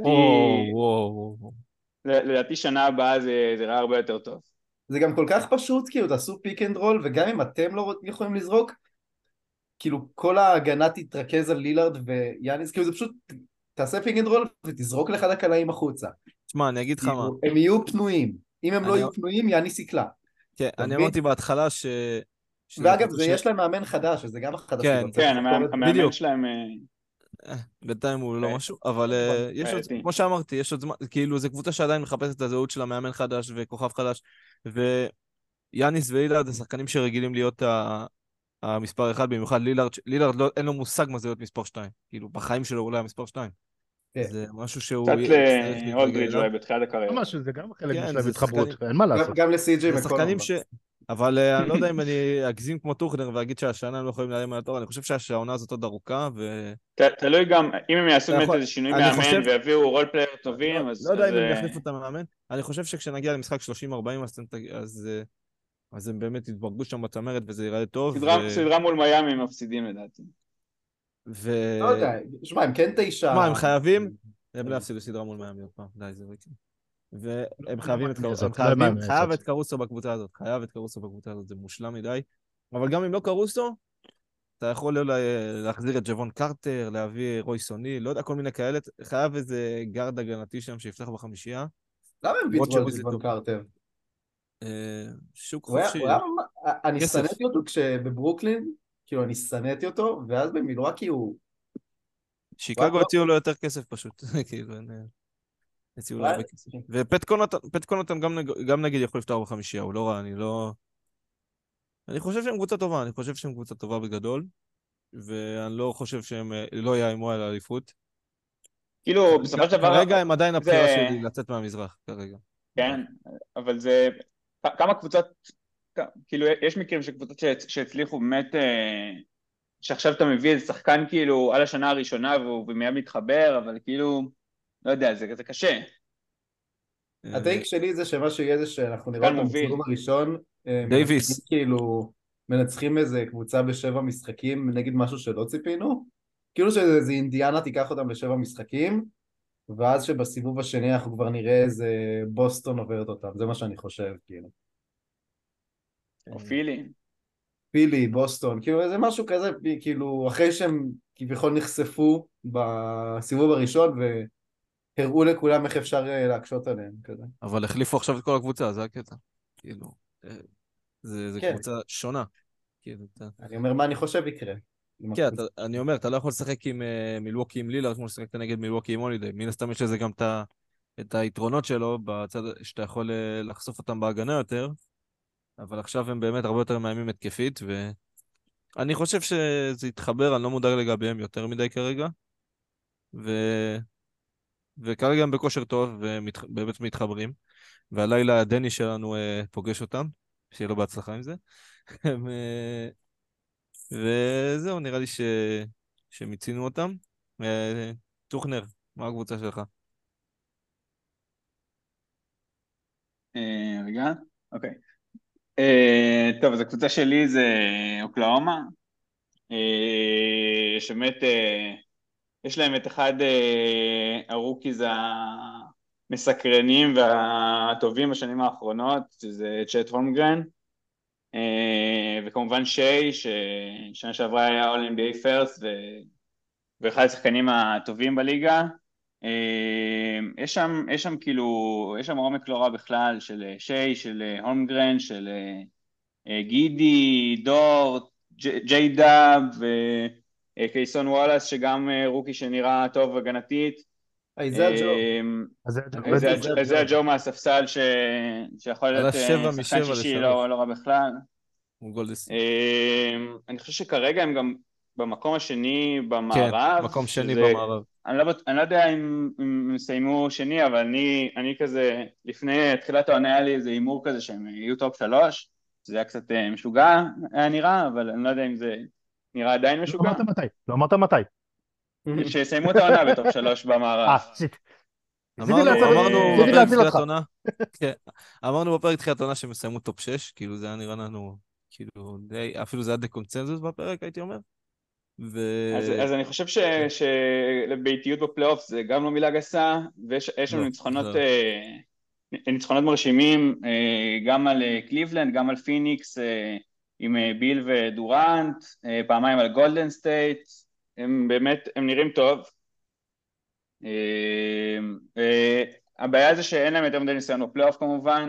לדעתי שנה הבאה זה ראה הרבה יותר טוב. זה גם כל כך פשוט, כאילו, תעשו פיק אנד רול, וגם אם אתם לא יכולים לזרוק, כאילו, כל ההגנה תתרכז על לילארד ויאניס, כאילו, זה פשוט, תעשה פיק אנד רול ותזרוק לאחד הקלעים החוצה. תשמע, אני אגיד לך מה. הם יהיו פנויים. אם הם לא יהיו פנויים, יאניס יקלע. כן, אני אמרתי בהתחלה ואגב, יש להם מאמן חדש, וזה גם החדש. כן, המאמן שלהם... בינתיים הוא לא משהו, אבל יש עוד, כמו שאמרתי, יש עוד זמן, כאילו, זו קבוצה שעדיין מחפשת את הזהות של המאמן חדש וכוכב חדש, ויאניס ואילארד, השחקנים שרגילים להיות המספר אחד, במיוחד לילארד אין לו מושג מה זה להיות מספר 2, כאילו, בחיים שלו אולי המספר 2. זה משהו שהוא... קצת לאולדרידג' אולי בתחילת הקריירה. משהו, זה גם חלק שלהם התחברות, אין מה לעשות. גם לסי.ג'יי מקולום. אבל אני לא יודע אם אני אגזים כמו טוחנר ואגיד שהשנה הם לא יכולים להרים על התואר, אני חושב שהעונה הזאת עוד ארוכה תלוי גם, אם הם יעשו באמת איזה שינוי מאמן ויביאו רול פלייר טובים, אז... לא יודע אם הם יחליפו את המאמן, אני חושב שכשנגיע למשחק 30-40 אז הם באמת יתברגו שם בצמרת וזה ייראה טוב. סדרה מול מיאמי הם מפסידים לדעתי. לא יודע, שמע, הם כן 9... מה, הם חייבים? הם לא יפסידו סדרה מול מיאמי עוד פעם, די, זה ריקי. והם חייבים את קרוסו, חייב את קרוסו בקבוצה הזאת, זה מושלם מדי, אבל גם אם לא קרוסו, אתה יכול להחזיר את ג'וון קרטר, להביא רוי סוני, לא יודע, כל מיני כאלה, חייב איזה גארד הגנתי שם שיפתח בחמישייה. למה הם ויתרו על ג'וון קרטר? שוק חופשי. אני שנאתי אותו כשבברוקלין, כאילו אני שנאתי אותו, ואז במילואקי הוא... שיקגו הציעו לו יותר כסף פשוט, כאילו, הציעו לו הרבה כסף. ופט קונוטון גם נגיד יכול לפתוח בחמישייה, הוא לא רע, אני חושב שהם קבוצה טובה, בגדול, ואני לא חושב שהם לא יאיימו על האליפות. כאילו, בסופו של דבר... כרגע הם עדיין הבחירה שלי לצאת מהמזרח, כרגע. כן, אבל זה... כמה קבוצות... כאילו, יש מקרים שקבוצות שהצליחו באמת... שעכשיו אתה מביא איזה שחקן כאילו על השנה הראשונה והוא מיד מתחבר, אבל כאילו... לא יודע, זה קשה. הטייק שלי זה שמה שיהיה זה שאנחנו נראה אותם בסיבוב הראשון, דייביס. כאילו מנצחים איזה קבוצה ב7 משחקים, נגיד משהו שלא ציפינו, כאילו שזה אינדיאנה תיקח אותם ל7 משחקים, ואז שבסיבוב השני אנחנו כבר נראה איזה בוסטון עוברת אותם, זה מה שאני חושב, כאילו. או פילי, בוסטון, כאילו זה משהו כזה, כאילו אחרי שהם כביכול נחשפו בסיבוב הראשון הראו לכולם איך אפשר להקשות עליהם, כזה. אבל החליפו עכשיו את כל הקבוצה, זה הקטע. כאילו, זה כן, קבוצה שונה. כאילו, אני אומר מה אני חושב יקרה. כן, אני אומר, אתה לא יכול לשחק עם מילווקי עם לילארד כמו ששחקת נגד מילווקי עם הולידיי. מן הסתם יש לזה גם את היתרונות שלו, בצד שאתה יכול לחשוף אותם בהגנה יותר, אבל עכשיו הם באמת הרבה יותר מאיימים התקפית, ואני חושב שזה יתחבר, אני לא מודאג לגביהם יותר מדי כרגע, ו... וכרגע הם בכושר טוב, ובאמת מתחברים, והלילה הדני שלנו פוגש אותם, שיהיה לו בהצלחה עם זה. וזהו, נראה לי שמיצינו אותם. טוכנר, מה הקבוצה שלך? רגע, אוקיי. טוב, אז הקבוצה שלי זה אוקלאומה, שבאמת יש להם את אחד הרוקיז המסקרנים והטובים בשנים האחרונות, שזה צ'ט הולמגרן, וכמובן שי, ששנה שעברה היה All NBA First ואחד השחקנים הטובים בליגה. יש שם כאילו, יש שם עומק לא רע בכלל של שי, של הולמגרן, של גידי, דורט, ג'יי דאב וקייסון וואלאס, שגם רוקי שנראה טוב הגנתית. זה הג'ו. אז זה זה הג'ו מהספסל שיכול עלה להיות 7 שחקן מ-7 שישי ל-3, לא רע בכלל. הוא גולדס. אני חושב שכרגע הם גם במקום השני כן, במערב, מקום שני שזה, במערב. אני לא יודע אם הם יסיימו שני, אבל אני כזה, לפני תחילת העונה היה לי איזה הימור כזה שהם יהיו טופ 3, זה היה קצת משוגע, היה נראה, אבל אני לא יודע אם זה נראה עדיין לא משוגע, אמרת מתי, לא אמרת מתי. שיסיימו את העונה בטופ 3 במערב. שיט. אמרנו ניסיתי בפרק להציל תחילת אותך. עונה, כן, אמרנו בפרק תחילת עונה שהם יסיימו טופ 6, כאילו זה היה נראה לנו, כאילו, אפילו זה היה די קונצנזוס בפרק, הייתי אומר. אז אני חושב שלביתיות בפלייאוף זה גם לא מילה גסה, ויש לנו לא, ניצחונות, בכלל. ניצחונות מרשימים, גם על קליבלנד, גם על פיניקס, עם ביל ודורנט, פעמיים על גולדן סטייט, הם באמת, הם נראים טוב. הבעיה זה שאין להם יותר מדי ניסיון בפלייאוף כמובן,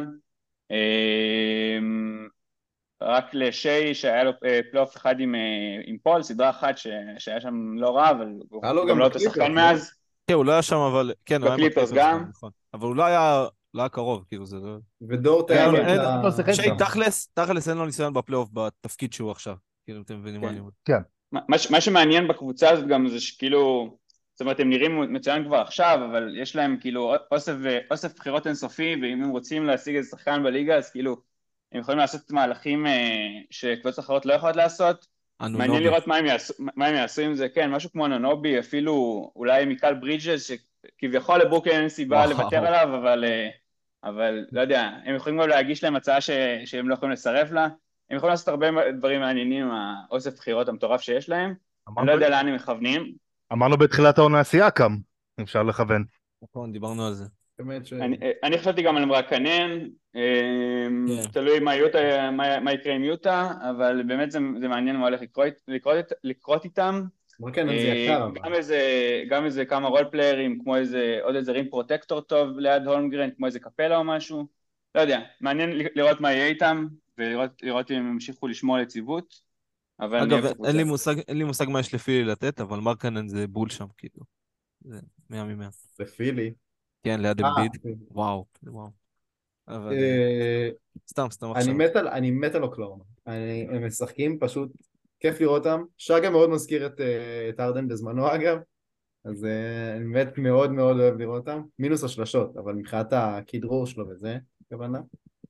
רק לשי שהיה לו פלייאוף אחד עם פול, סדרה אחת שהיה שם לא רע, אבל היה לו הוא גם גם לא אותו שחקן בקליפרס, לא? מאז, כן, הוא לא היה שם, אבל, כן, הוא היה בקליפרס בקליפרס גם, גם. נכון. אבל הוא לא היה קרוב, כאילו זה לא... ודורט היה אין לו, לו את אין, לא שיחק שי, שם. תכלס אין לו ניסיון בפלייאוף בתפקיד שהוא עכשיו. כאילו, אתם מבינים מה כן. אני אומר. כן. מה שמעניין בקבוצה הזאת גם זה שכאילו, זאת אומרת הם נראים מצוין כבר עכשיו, אבל יש להם כאילו אוסף בחירות אינסופי, ואם הם רוצים להשיג איזה שחקן בליגה, אז כאילו הם יכולים לעשות מהלכים שקבוצות אחרות לא יכולות לעשות. מעניין אנונובי. לראות מה הם יעשו עם זה, כן, משהו כמו אנונובי, אפילו אולי מיקל ברידג'ס, שכביכול לברוקלין אין סיבה לוותר וואו. עליו, אבל לא יודע, הם יכולים גם להגיש להם הצעה שהם לא יכולים לסרב לה, הם יכולים לעשות הרבה דברים מעניינים עם האוסף בחירות המטורף שיש להם, אני לא יודע לאן הם מכוונים. אמרנו בתחילת העונה סייקם, אפשר לכוון. נכון, דיברנו על זה. באמת אני חשבתי גם על מרקנן, כן. תלוי מה יקרה עם יוטה, אבל באמת זה מעניין מה הולך לקרות איתם. מרקנן זה יקר, אבל. גם איזה כמה רול פליירים, כמו עוד איזה רים פרוטקטור טוב ליד הולמגרן, כמו איזה קפלה או משהו, לא יודע, מעניין לראות מה יהיה איתם, ולראות אם הם ימשיכו לשמור על יציבות, אבל אני אגב, אוהב את הקבוצה. אין לי מושג מה יש לפילי לתת, אבל מרקנן זה בול שם, כאילו. זה 100 מ-100. זה פילי. כן, ליד אמביד. וואו. אבל סתם עכשיו. אני מת על אוקלאומה. הם משחקים פשוט, כיף לראות אותם. שגה מאוד מזכיר את ארדן בזמנו אגב, אז אני באמת מאוד מאוד אוהב לראות אותם. מינוס השלשות, אבל מבחינת הכדרור שלו וזה, כוונה.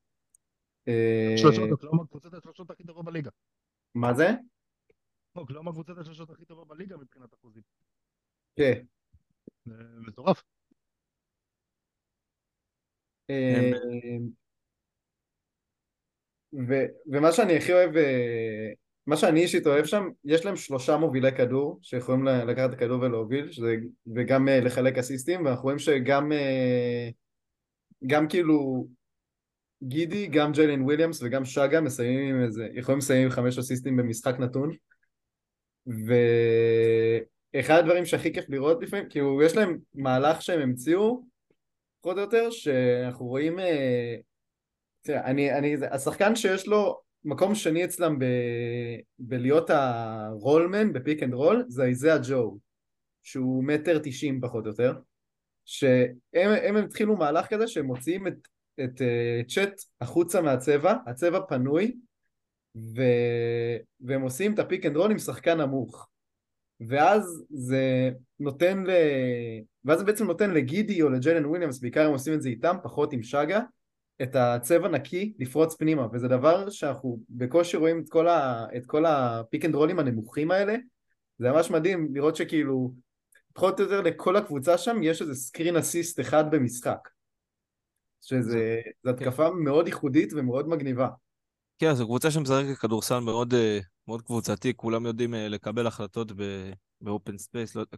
אוקלאומה קבוצת השלשות הכי טובה בליגה. מה זה? אוקלאומה קבוצת השלשות הכי טובה בליגה מבחינת אחוזים. כן. מטורף. הם- ומה שאני הכי אוהב, מה שאני אישית אוהב שם, יש להם 3 מובילי כדור שיכולים לקחת את הכדור ולהוביל, וגם לחלק אסיסטים, ואנחנו רואים שגם גם כאילו גידי, גם ג'יילן וויליאמס וגם שגה יכולים לסיים עם 5 אסיסטים במשחק נתון, ואחד הדברים שהכי כיף לראות לפעמים, כאילו יש להם מהלך שהם המציאו, פחות או יותר, שאנחנו רואים תראה, השחקן שיש לו מקום שני אצלם בלהיות הרולמן בפיק אנד רול, זה איזאה ג'ו, שהוא 1.90 פחות או יותר, שהם התחילו מהלך כזה שהם מוציאים את צ'אט החוצה מהצבע, הצבע פנוי, והם עושים את הפיק אנד רול עם שחקן נמוך. ואז זה בעצם נותן לגידי או לג'יילן וויליאמס, בעיקר הם עושים את זה איתם, פחות עם שגה, את הצבע נקי לפרוץ פנימה, וזה דבר שאנחנו בקושי רואים את כל הפיק אנד רולים הנמוכים האלה. זה ממש מדהים לראות שכאילו פחות או יותר לכל הקבוצה שם יש איזה סקרין אסיסט אחד במשחק, שזה התקפה מאוד ייחודית ומאוד מגניבה. כן, זו קבוצה שמשחקת כדורסל מאוד, מאוד קבוצתי, כולם יודעים לקבל החלטות באופן ספייס, לא,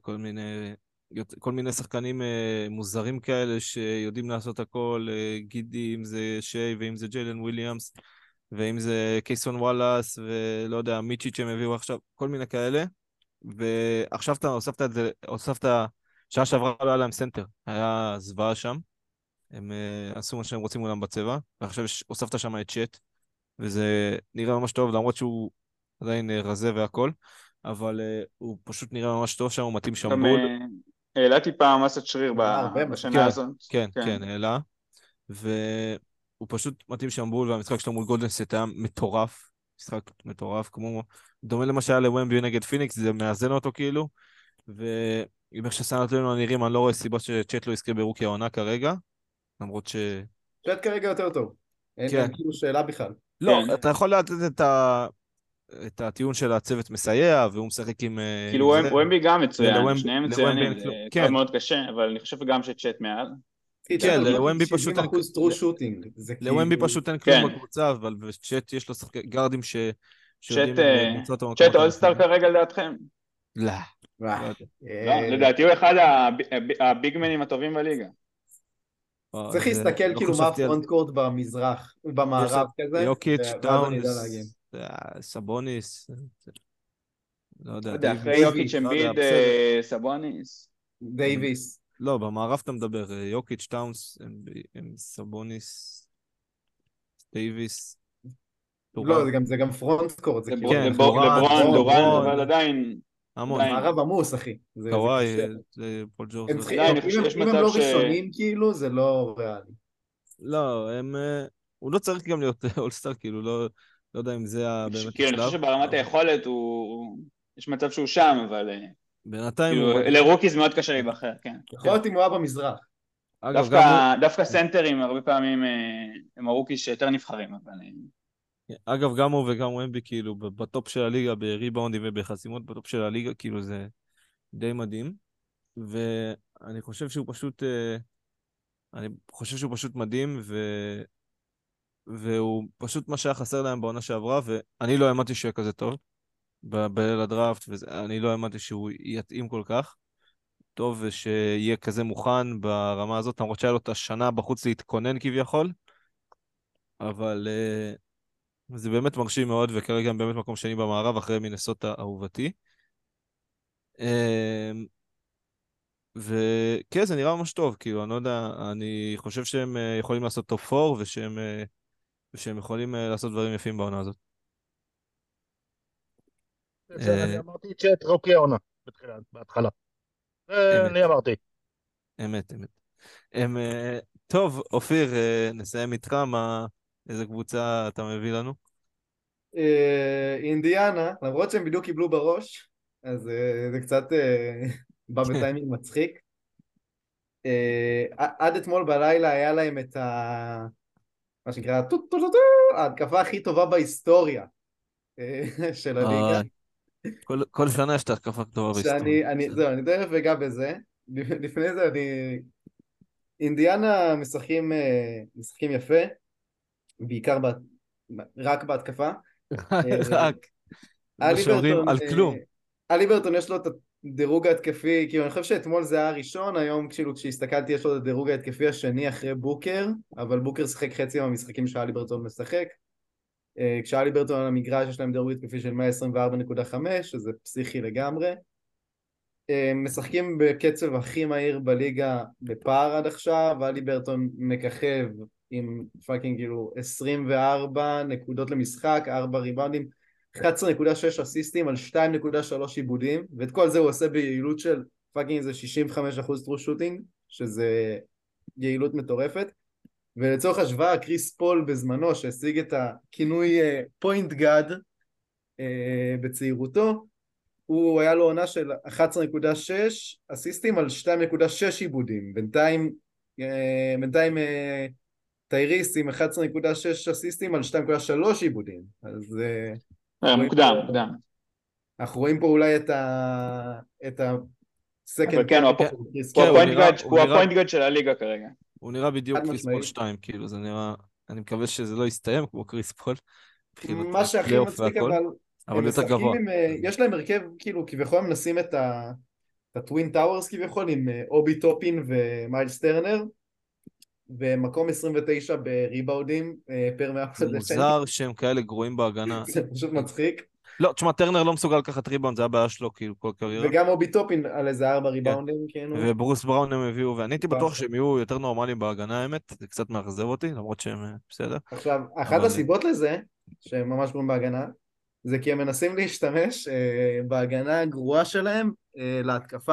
כל מיני שחקנים מוזרים כאלה שיודעים לעשות הכל, גידי, אם זה שי, ואם זה ג'יילן וויליאמס, ואם זה קייסון וואלאס, ולא יודע, מיצ'יץ' שהם הביאו עכשיו, כל מיני כאלה, ועכשיו אתה הוספת, שעה שעברה לא היה להם סנטר, היה זוועה שם, הם עשו מה שהם רוצים מולם בצבע, ועכשיו הוספת שם את צ'אט, וזה נראה ממש טוב, למרות שהוא עדיין רזה והכל, אבל הוא פשוט נראה ממש טוב שם, הוא מתאים שם גם בול. העלה טיפה מסת שריר בשנה כן, הזאת. כן, העלה, והוא פשוט מתאים שם בול, והמשחק שלו מול גולדן סטייט היה מטורף, משחק מטורף, כמו, דומה למה שהיה לוומבי נגד פיניקס, זה מאזן אותו כאילו, ועם איך שסיינות לנו הנראים, אני לא רואה סיבה שצ'אט לא יזכה ברוקי העונה כרגע, למרות ש... צ'אט כרגע יותר טוב, אין כאילו שאלה בכלל. לא, אתה יכול לתת את הטיעון של הצוות מסייע, והוא משחק עם... כאילו וומבי גם מצוין, שניהם מצוינים, זה כן. מאוד מאוד קשה, אבל אני חושב גם שצ'אט מעל. כן, לוומבי פשוט... 70% טרו שוטינג. לוומבי פשוט אין כלום בקבוצה, אבל צ'אט יש לו גארדים שיודעים למצוא את המקום. צ'אט אולסטאר כרגע לדעתכם? לא. לדעתי הוא אחד הביגמנים הטובים בליגה. צריך להסתכל כאילו מה הפרונט קורט במזרח, במערב כזה, יוקיץ', טאונס, להגיד. סבוניס, לא יודע, אחרי יוקיץ' אמביד, סבוניס. דייביס. לא, במערב אתה מדבר, יוקיץ', טאונס, סבוניס, דייביס. לא, זה גם פרונט קורט. לברון, דורן, אבל עדיין... מערב עמוס, אחי. קוואי, זה פול ג'ורג'. אם הם לא ראשונים, כאילו, זה לא ריאלי. לא, הוא לא צריך גם להיות אולסטאר, כאילו, לא יודע אם זה באמת השלב. כאילו, אני חושב שברמת היכולת יש מצב שהוא שם, אבל... בינתיים... לרוקיז מאוד קשה להיבחר, כן. יכול להיות אם הוא היה במזרח. דווקא סנטרים, הרבה פעמים הם הרוקיז שיותר נבחרים, אבל... אגב, גם הוא וגם ומבי, כאילו, בטופ של הליגה, בריבאונדים ובחסימות, בטופ של הליגה, כאילו, זה די מדהים. ואני חושב שהוא פשוט מדהים, והוא פשוט מה שהיה חסר להם בעונה שעברה, ואני לא האמנתי שהוא יהיה כזה טוב, בליל הדראפט, ואני לא האמנתי שהוא יתאים כל כך טוב, ושיהיה כזה מוכן ברמה הזאת, למרות שהיה לו את השנה בחוץ להתכונן כביכול, אבל... זה באמת מרשים מאוד, וכרגע הם באמת מקום שני במערב, אחרי מינסוטה אהובתי. וכן, זה נראה ממש טוב, כאילו, אני לא יודע, אני חושב שהם יכולים לעשות טופ 4, ושהם יכולים לעשות דברים יפים בעונה הזאת. אני אמרתי צ'אט רוקי העונה, בהתחלה. אני אמרתי. אמת. טוב, אופיר, נסיים איתך, איזה קבוצה אתה מביא לנו? אינדיאנה, למרות שהם בדיוק קיבלו בראש, אז זה קצת בא בטיימינג מצחיק. עד אתמול בלילה היה להם את מה שנקרא ההתקפה הכי טובה בהיסטוריה של הליגה. כל שנה יש את ההתקפה טובה בהיסטוריה. אני תכף אגע בזה. לפני זה אינדיאנה משחקים יפה, בעיקר רק בהתקפה. רק. שומרים על כלום. אליברטון יש לו את הדירוג ההתקפי, כאילו אני חושב שאתמול זה היה הראשון, היום כשהסתכלתי יש לו את הדירוג ההתקפי השני אחרי בוקר, אבל בוקר שחק חצי מהמשחקים שאליברטון משחק. כשאליברטון על המגרש יש להם דירוג התקפי של 124.5, שזה פסיכי לגמרי. משחקים בקצב הכי מהיר בליגה בפער עד עכשיו, ואלי ברטון מככב עם פאקינג כאילו 24 נקודות למשחק, 4 ריבאונדים, 11.6 אסיסטים על 2.3 עיבודים, ואת כל זה הוא עושה ביעילות של פאקינג זה 65% טרו שוטינג, שזה יעילות מטורפת. ולצורך השוואה, קריס פול בזמנו שהשיג את הכינוי פוינט גאד בצעירותו, הוא היה לו עונה של 11.6 אסיסטים על 2.6 עיבודים. בינתיים טייריס עם 11.6 אסיסטים על 2.3 עיבודים. אז מוקדם. אנחנו רואים פה אולי את אבל הסקנד כן, הוא הפוינט גאד של הליגה כרגע. הוא נראה בדיוק חד קריס פול משמעית. 2, כאילו זה נראה, אני מקווה שזה לא יסתיים כמו קריס פול, מה שהכי מצחיק אבל אבל יותר גבוה. יש להם הרכב כאילו כביכול מנסים את הטווין טאוורס כביכול עם אובי טופין ומיילס טרנר, ומקום 29 בריבאודים פר 100 זה מוזר שהם כאלה גרועים בהגנה. זה פשוט מצחיק. לא, תשמע, טרנר לא מסוגל לקחת ריבאונד, זה הבעיה שלו כאילו כל קריירה. וגם אובי טופין על איזה 4 ריבאונדים כאילו. וברוס בראון הם הביאו, ואני הייתי בטוח שהם יהיו יותר נורמליים בהגנה, האמת, זה קצת מאכזב אותי, למרות שהם בסדר. עכשיו, אחת הסיבות לזה, שהם ממש גרועים בהגנה, זה כי הם מנסים להשתמש בהגנה הגרועה שלהם להתקפה.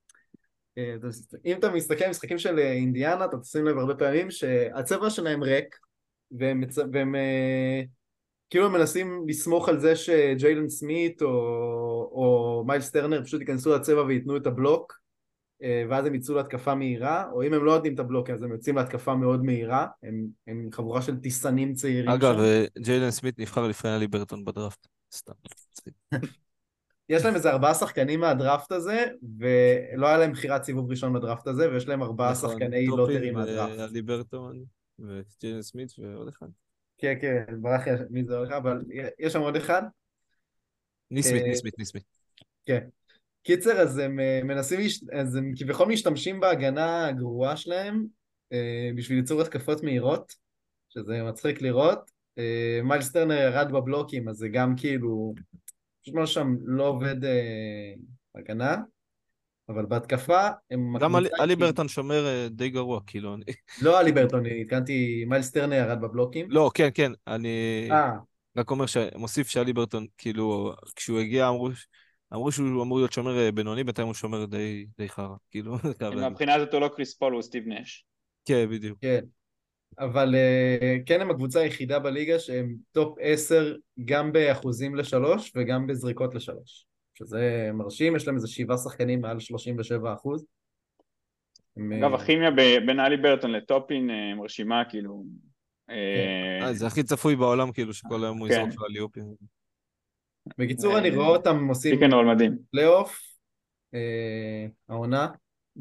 אם אתה מסתכל על משחקים של אינדיאנה, אתה תשים לב הרבה פעמים שהצבע שלהם ריק, והם כאילו הם מנסים לסמוך על זה שג'יילן סמית או מיילס טרנר פשוט ייכנסו לצבע וייתנו את הבלוק, ואז הם יצאו להתקפה מהירה, או אם הם לא יודעים את הבלוק, אז הם יוצאים להתקפה מאוד מהירה, הם חבורה של טיסנים צעירים. אגב, ג'יילן סמית נבחר לפני אלי ברטון בדראפט, סתם. יש להם איזה 4 שחקנים מהדראפט הזה, ולא היה להם בחירת סיבוב ראשון בדראפט הזה, ויש להם 4 שחקני לוטרי מהדראפט. אלי ברטון וג'יילן סמית ועוד אחד. כן, כן, ברח לי מי זה עוד אחד, אבל יש שם עוד אחד. ניסמית. כן. קיצר, אז הם מנסים, אז הם כביכול משתמשים בהגנה הגרועה שלהם, בשביל ליצור התקפות מהירות, שזה מצחיק לראות. מיילס טרנר ירד בבלוקים, אז זה גם כאילו, פשוט מה שם לא עובד בהגנה, אבל בהתקפה הם... גם אלי ברטון שומר די גרוע, כאילו. לא אלי ברטון, התכוונתי מיילס טרנר ירד בבלוקים. לא, כן, אני רק אומר שמוסיף שאלי ברטון, כאילו, כשהוא הגיע אמרו שהוא אמור להיות שומר בינוני, בינתיים הוא שומר די חרא, כאילו. מהבחינה הזאת הוא לא קריס פול, הוא סטיב נש. כן, בדיוק. כן, אבל כן הם הקבוצה היחידה בליגה שהם טופ 10 גם באחוזים לשלוש וגם בזריקות לשלוש, שזה מרשים, יש להם איזה 7 שחקנים מעל 37%. אגב, הכימיה בין אלי ברטון לטופין מרשימה, כאילו. זה הכי צפוי בעולם, כאילו, שכל היום הוא יזרוק לו עליופים. בקיצור, אני רואה אותם עושים פלייאוף, העונה,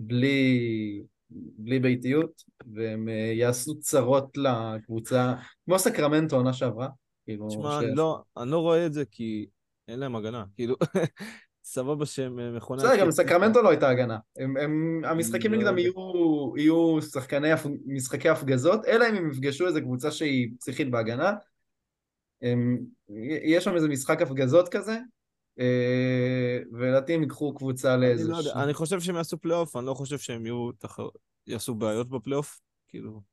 בלי ביתיות, והם יעשו צרות לקבוצה, כמו סקרמנטו עונה שעברה. תשמע, אני לא רואה את זה כי אין להם הגנה, כאילו, סבבה שהם מכונה... בסדר, גם סקרמנטו לא הייתה הגנה. המשחקים נגדם יהיו משחקי הפגזות, אלא אם הם יפגשו איזו קבוצה שהיא פסיכית בהגנה. יש שם איזה משחק הפגזות כזה, ולדעתי הם ייקחו קבוצה לאיזה... אני חושב שהם יעשו פלייאוף, אני לא חושב שהם יעשו בעיות בפלייאוף, כאילו,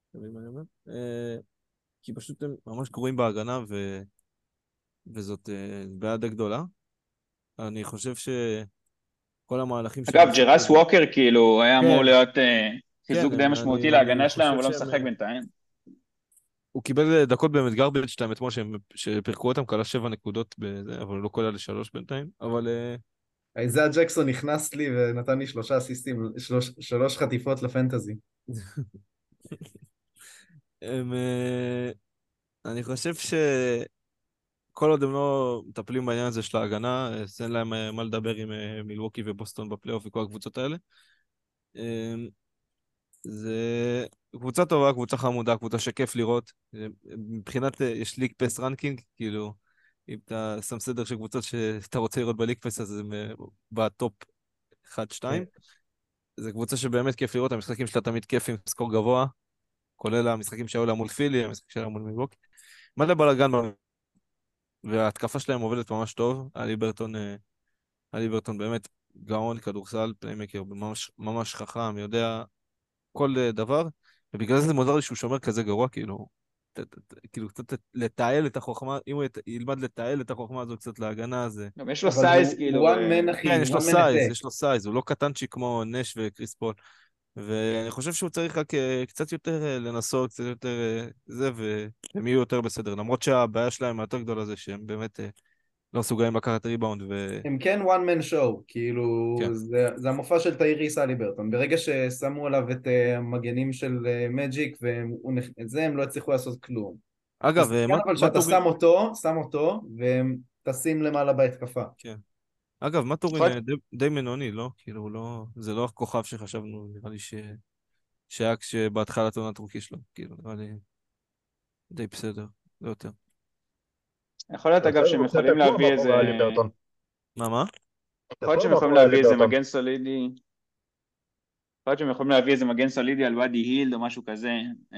כי פשוט הם ממש גרועים בהגנה, וזאת בעיה די גדולה. אני חושב שכל המהלכים... אגב, ג'רס ווקר כאילו היה אמור להיות חיזוק די משמעותי להגנה שלהם, אבל לא משחק בינתיים. הוא קיבל דקות באמת גרבג' 2 אתמול שפרקו אותם, כלה 7 נקודות בזה, אבל לא כולה ל3 בינתיים, אבל... איזיה ג'קסון נכנס לי ונתן לי 3 אסיסטים, 3 חטיפות לפנטזי. אני חושב שכל עוד הם לא מטפלים בעניין הזה של ההגנה, אין להם מה לדבר עם מילווקי ובוסטון בפלייאוף וכל הקבוצות האלה. זה קבוצה טובה, קבוצה חמודה, קבוצה שכיף לראות. מבחינת, יש ליג פס רנקינג, כאילו, אם אתה שם סדר של קבוצות שאתה רוצה לראות בליג פס, אז הם בטופ 1-2. זו קבוצה שבאמת כיף לראות, המשחקים שלה תמיד כיף עם סקור גבוה, כולל המשחקים שהיו לה מול פילי, המשחקים שלה מול מילווקי. מלא בלגן, וההתקפה שלהם עובדת ממש טוב. אלי ברטון באמת גאון כדורסל, פליימקר, ממש, ממש חכם, יודע כל דבר, ובגלל זה מוזר לי שהוא שומר כזה גרוע, כאילו, כאילו קצת לתעל את החוכמה, אם הוא ילמד לתעל את החוכמה הזו קצת להגנה, אז גם יש לו אבל סייז, הוא כאילו, one man, אחי, כן, הוא one man attack. יש לו סייז, הוא לא קטנצ'יק כמו נש וקריס פול, ואני חושב שהוא צריך רק קצת יותר לנסות, קצת יותר זה, והם יהיו יותר בסדר, למרות שהבעיה שלהם היותר גדולה זה שהם באמת לא מסוגלים לקחת ריבאונד, הם כן one man show, כאילו, כן. זה המופע של טייריס הליברטון. ברגע ששמו עליו את המגנים של מג'יק, ואת זה הם לא הצליחו לעשות כלום. זה אגב, שחקן אבל מה שאתה טורין, שם אותו, והם טסים למעלה בהתקפה. כן. אגב, מה טורין יכול להיות- די מנוני, לא? כאילו, לא, זה לא הכוכב שחשבנו, נראה לי שהיה כשבהתחלת עונת רוקי שלו, כאילו, נראה לי די בסדר, לא יותר. יכול להיות אגב שהם הוא קצת יכולים תקוע להביא איזה... מאחורי ליברטון. מה? יכול להיות שהם יכולים להביא איזה מגן סולידי. יכול להיות שהם יכולים להביא איזה מגן סולידי על ואדי הילד או משהו כזה,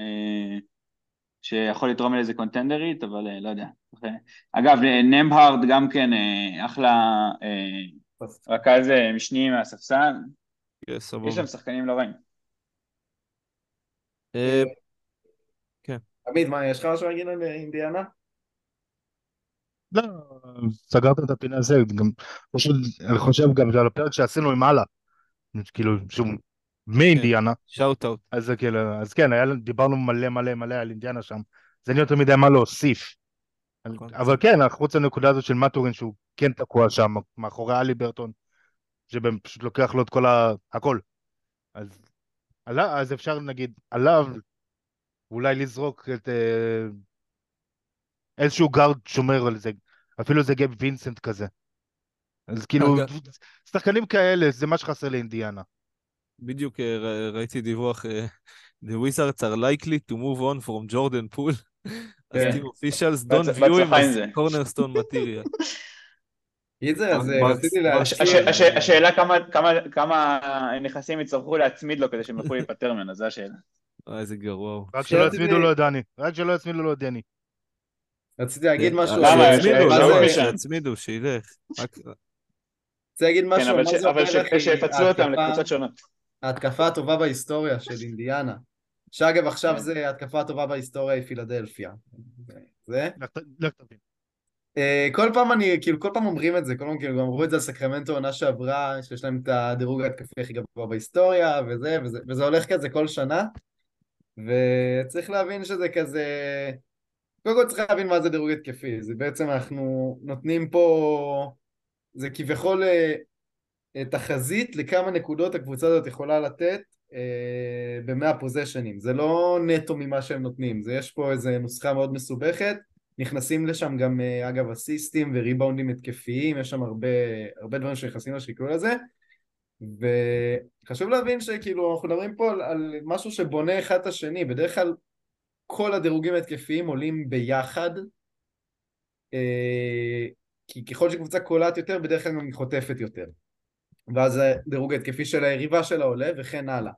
שיכול לתרום לאיזה קונטנדרית, אבל לא יודע. אגב, נמהארד גם כן אחלה רכז משני מהספסל, כן, יש סבבה. שם שחקנים לא רעים. אה, כן. עמית, מה, יש לך משהו להגיד על אינדיאנה? לא, סגרתם את הפינה הזה, גם, פשוט, אני חושב גם על הפרק שעשינו עם הלאה, כאילו, שהוא כן, מאינדיאנה, שאוט אאוט. אז זה כאילו, אז כן, דיברנו מלא מלא מלא על אינדיאנה שם, אז אין לי יותר מדי מה להוסיף, אבל כן, חוץ הנקודה הזאת של מטורין, שהוא כן תקוע שם, מאחורי אלי ברטון, שפשוט לוקח לו את כל הכל, אז, אז אפשר נגיד עליו, אולי לזרוק את איזשהו גארד שומר על זה, אפילו זה גב וינסנט כזה. אז כאילו, אגב, שחקנים כאלה, זה מה שחסר לאינדיאנה. בדיוק ראיתי דיווח, The Wizards are likely to move on from Jordan Poole, as כן. team officials don't view him בהצלחה עם as זה. cornerstone material. ייצר, אז רציתי ברקס, להזכיר, השאלה כמה נכסים יצטרכו להצמיד לו כדי שהם יוכלו להיפטר ממנו, זו השאלה. איזה גרוע הוא. רק שלא יצמידו לו את דני. רק שלא יצמידו לו את דני. רציתי להגיד משהו על... למה? שיצמידו, מה מה זה למה? זה... משם? שיצמידו, שילך. רוצה להגיד כן, משהו על מה זה אבל אומר, אחי, שיפצלו אותם לקבוצות שונות. ההתקפה הטובה בהיסטוריה של אינדיאנה. שאגב, עכשיו כן. זה ההתקפה הטובה בהיסטוריה היא פילדלפיה. זה? לך תבין. כל פעם כאילו, כל פעם אומרים את זה, כל פעם כאילו, אמרו את זה על סקרמנטו עונה שעברה, שיש להם את הדירוג ההתקפי הכי גבוה בהיסטוריה, וזה הולך כזה כל שנה, וצריך להבין שזה כזה... קודם כל צריך להבין מה זה דירוג התקפי, זה בעצם אנחנו נותנים פה, זה כביכול תחזית לכמה נקודות הקבוצה הזאת יכולה לתת ב-100 פוזיישנים, זה לא נטו ממה שהם נותנים, זה יש פה איזה נוסחה מאוד מסובכת, נכנסים לשם גם אגב אסיסטים וריבאונדים התקפיים, יש שם הרבה דברים שנכנסים לשקלול הזה, וחשוב להבין שכאילו אנחנו מדברים פה על משהו שבונה אחד את השני, בדרך כלל כל הדירוגים ההתקפיים עולים ביחד, כי ככל שקבוצה קולעת יותר, בדרך כלל גם היא חוטפת יותר. ואז הדירוג ההתקפי של היריבה שלה עולה, וכן הלאה.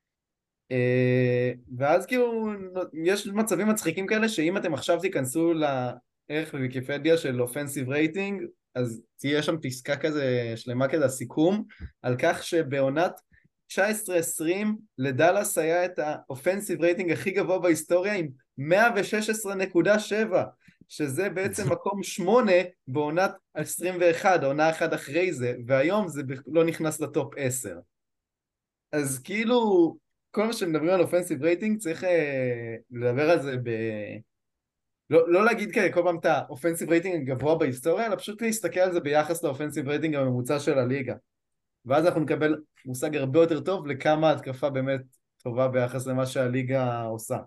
ואז כאילו, יש מצבים מצחיקים כאלה, שאם אתם עכשיו תיכנסו לערך בוויקיפדיה של אופנסיב רייטינג, אז תהיה שם פסקה כזה שלמה כזה, סיכום, על כך שבעונת 19-20 לדלס היה את האופנסיב רייטינג הכי גבוה בהיסטוריה עם 116.7, שזה בעצם מקום 8 בעונת 21, העונה אחת אחרי זה, והיום זה לא נכנס לטופ 10. אז כאילו, כל מה שמדברים על אופנסיב רייטינג צריך לדבר על זה לא להגיד כאלה כל פעם את האופנסיב רייטינג הגבוה בהיסטוריה, אלא פשוט להסתכל על זה ביחס לאופנסיב רייטינג הממוצע של הליגה. ואז אנחנו נקבל מושג הרבה יותר טוב לכמה התקפה באמת טובה ביחס למה שהליגה עושה.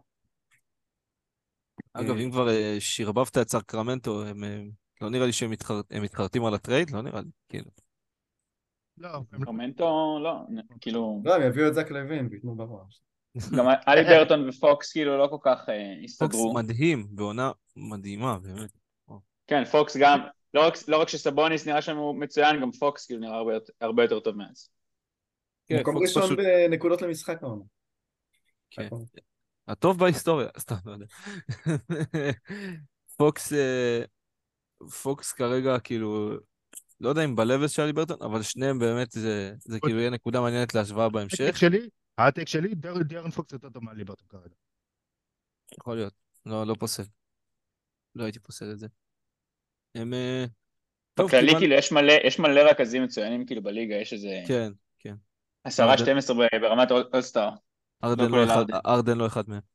אגב, אם כבר שרבבת את סקרמנטו, לא נראה לי שהם מתחרטים על הטרייד, לא נראה לי, כאילו. לא, הם לא. מומנטו, לא, כאילו, לא, הם יביאו את זק לוין ויתנו בראש. גם אלי ברטון ופוקס כאילו לא כל כך פוקס הסתדרו. מדהים, בעונה מדהימה, באמת. כן, פוקס גם, לא רק שסבוניס נראה שם הוא מצוין, גם פוקס כאילו נראה הרבה יותר טוב מאז. כן, מקום פוקס ראשון פשוט, בנקודות למשחק העונה. כן. הטוב בהיסטוריה, סתם, לא יודע. פוקס כרגע, כאילו, לא יודע אם ב-levels של הליברטון, אבל שניהם באמת זה כאילו יהיה נקודה מעניינת להשוואה בהמשך. העתק שלי, דיארון פוקס יותר טוב מהליברטון כרגע. יכול להיות. לא פוסל. לא הייתי פוסל את זה. הם... טוב, בכללי, קיבלנו... כאילו, יש מלא רכזים מצוינים, כאילו, בליגה, יש איזה כן, כן. 10-12 ארדן ברמת אולסטאר, לא כולל ארדן. ארדן לא אחד מהם.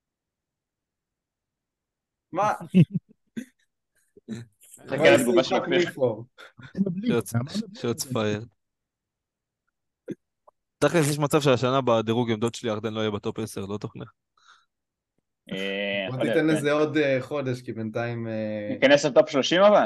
מה? חכה מה לתגובה של יצחק אופיר. מפה? שוטס פייר. תכלס יש מצב שהשנה בדירוג עמדות שלי ארדן לא יהיה בטופ 10, לא תוכנה. בוא יכול להיות, תיתן כן. לזה עוד חודש, כי בינתיים... ניכנס לטופ 30 אבל?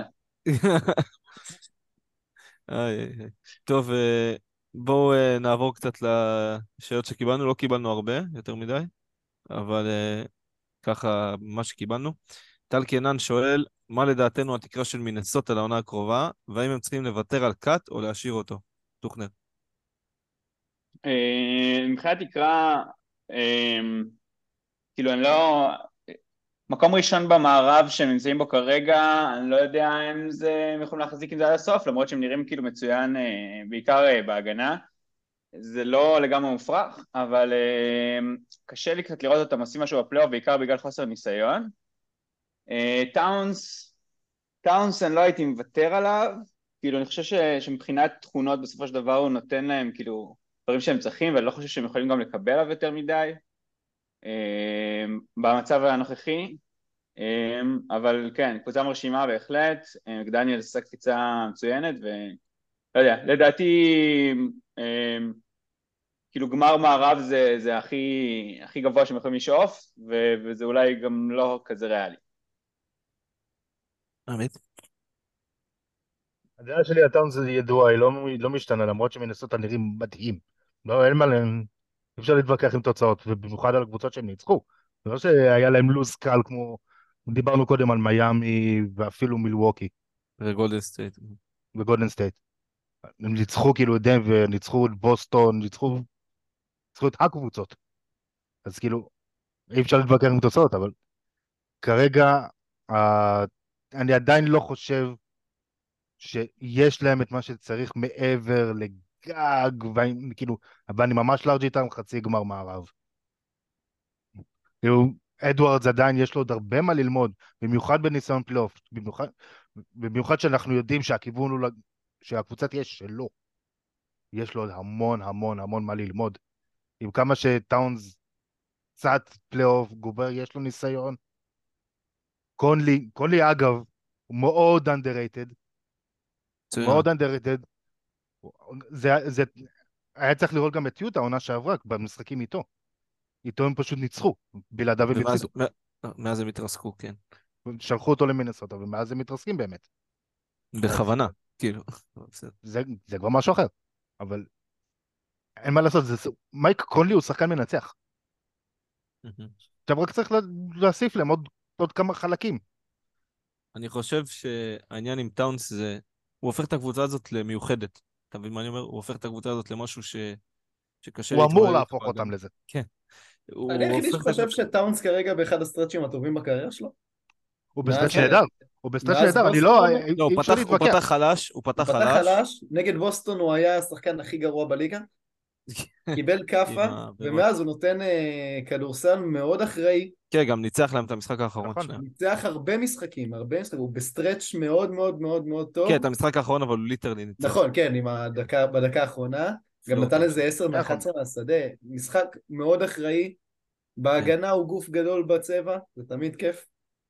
טוב, בואו נעבור קצת לשאלות שקיבלנו. לא קיבלנו הרבה, יותר מדי, אבל ככה מה שקיבלנו. טל קינן שואל, מה לדעתנו התקרה של מינסוטה לעונה הקרובה, והאם הם צריכים לוותר על קאט או להשאיר אותו? תוכנר. מבחינת תקרה, כאילו אני לא... מקום ראשון במערב שהם נמצאים בו כרגע, אני לא יודע אם הם יכולים להחזיק עם זה עד הסוף, למרות שהם נראים כאילו מצוין, בעיקר בהגנה. זה לא לגמרי מופרך, אבל קשה לי קצת לראות אותם עושים משהו בפלייאוף, בעיקר בגלל חוסר ניסיון. טאונס אני לא הייתי מוותר עליו, כאילו אני חושב שמבחינת תכונות בסופו של דבר הוא נותן להם כאילו דברים שהם צריכים, ואני לא חושב שהם יכולים גם לקבל עליו יותר מדי במצב הנוכחי, אבל כן, קבוצה מרשימה בהחלט, דניאל עשה קפיצה מצוינת, ולא יודע, לדעתי כאילו גמר מערב זה הכי גבוה שהם יכולים לשאוף, וזה אולי גם לא כזה ריאלי. עמית? הדעה שלי, הטאונס זה ידוע, היא לא משתנה, למרות שמנסות נראים מדהים. לא, אין מה להם, אי אפשר להתווכח עם תוצאות, ובמיוחד על הקבוצות שהם ניצחו. זה לא שהיה להם לוז קל כמו, דיברנו קודם על מיאמי ואפילו מילווקי וגולדן סטייט. וגולדן סטייט. הם ניצחו כאילו את דנבר, ניצחו את בוסטון, ניצחו את הקבוצות. אז כאילו, אי אפשר להתווכח עם תוצאות, אבל כרגע, אני עדיין לא חושב שיש להם את מה שצריך מעבר לגג, כאילו, ואני ממש לארג' איתם חצי גמר מערב. כאילו, אדוארדס עדיין יש לו עוד הרבה מה ללמוד, במיוחד בניסיון פלייאוף, במיוחד שאנחנו יודעים שהכיוון הוא, שהקבוצה תהיה שלו. יש לו עוד המון המון המון מה ללמוד. עם כמה שטאונס קצת פלייאוף, גובר יש לו ניסיון. קונלי אגב, הוא מאוד underrated. מאוד underrated. זה היה צריך לראות גם את יוטה, העונה שעברה, במשחקים איתו. איתו הם פשוט ניצחו, בלעדיו הם הפסידו. מאז הם התרסקו, כן. שלחו אותו למינסוטה, ומאז הם מתרסקים באמת. בכוונה, כאילו. זה כבר משהו אחר. אבל אין מה לעשות, מייק קונלי הוא שחקן מנצח. עכשיו רק צריך להוסיף להם עוד כמה חלקים. אני חושב שהעניין עם טאונס זה, הוא הופך את הקבוצה הזאת למיוחדת. אתה מבין מה אני אומר? הוא הופך את הקבוצה הזאת למשהו שקשה הוא אמור להתמודד להפוך אותם לזה. כן. אני היחידי שחושב שטאונס כרגע באחד הסטרצ'ים הטובים בקריירה שלו. הוא בסטרץ' נהדר. הוא בסטרץ' נהדר, אני לא, אי אפשר להתווכח. הוא פתח חלש. נגד בוסטון הוא היה השחקן הכי גרוע בליגה. קיבל כאפה, ומאז הוא נותן כדורסל מאוד אחראי. כן, גם ניצח להם את המשחק האחרון. ניצח הרבה משחקים, הוא בסטרץ' מאוד מאוד מאוד מאוד טוב. כן, את המשחק האחרון, אבל הוא ליטרלי ניצח. נכון, כן, בדקה האחרונה. גם נתן איזה 10 מ-11 מהשדה. משחק מאוד אחראי. בהגנה הוא גוף גדול בצבע, זה תמיד כיף.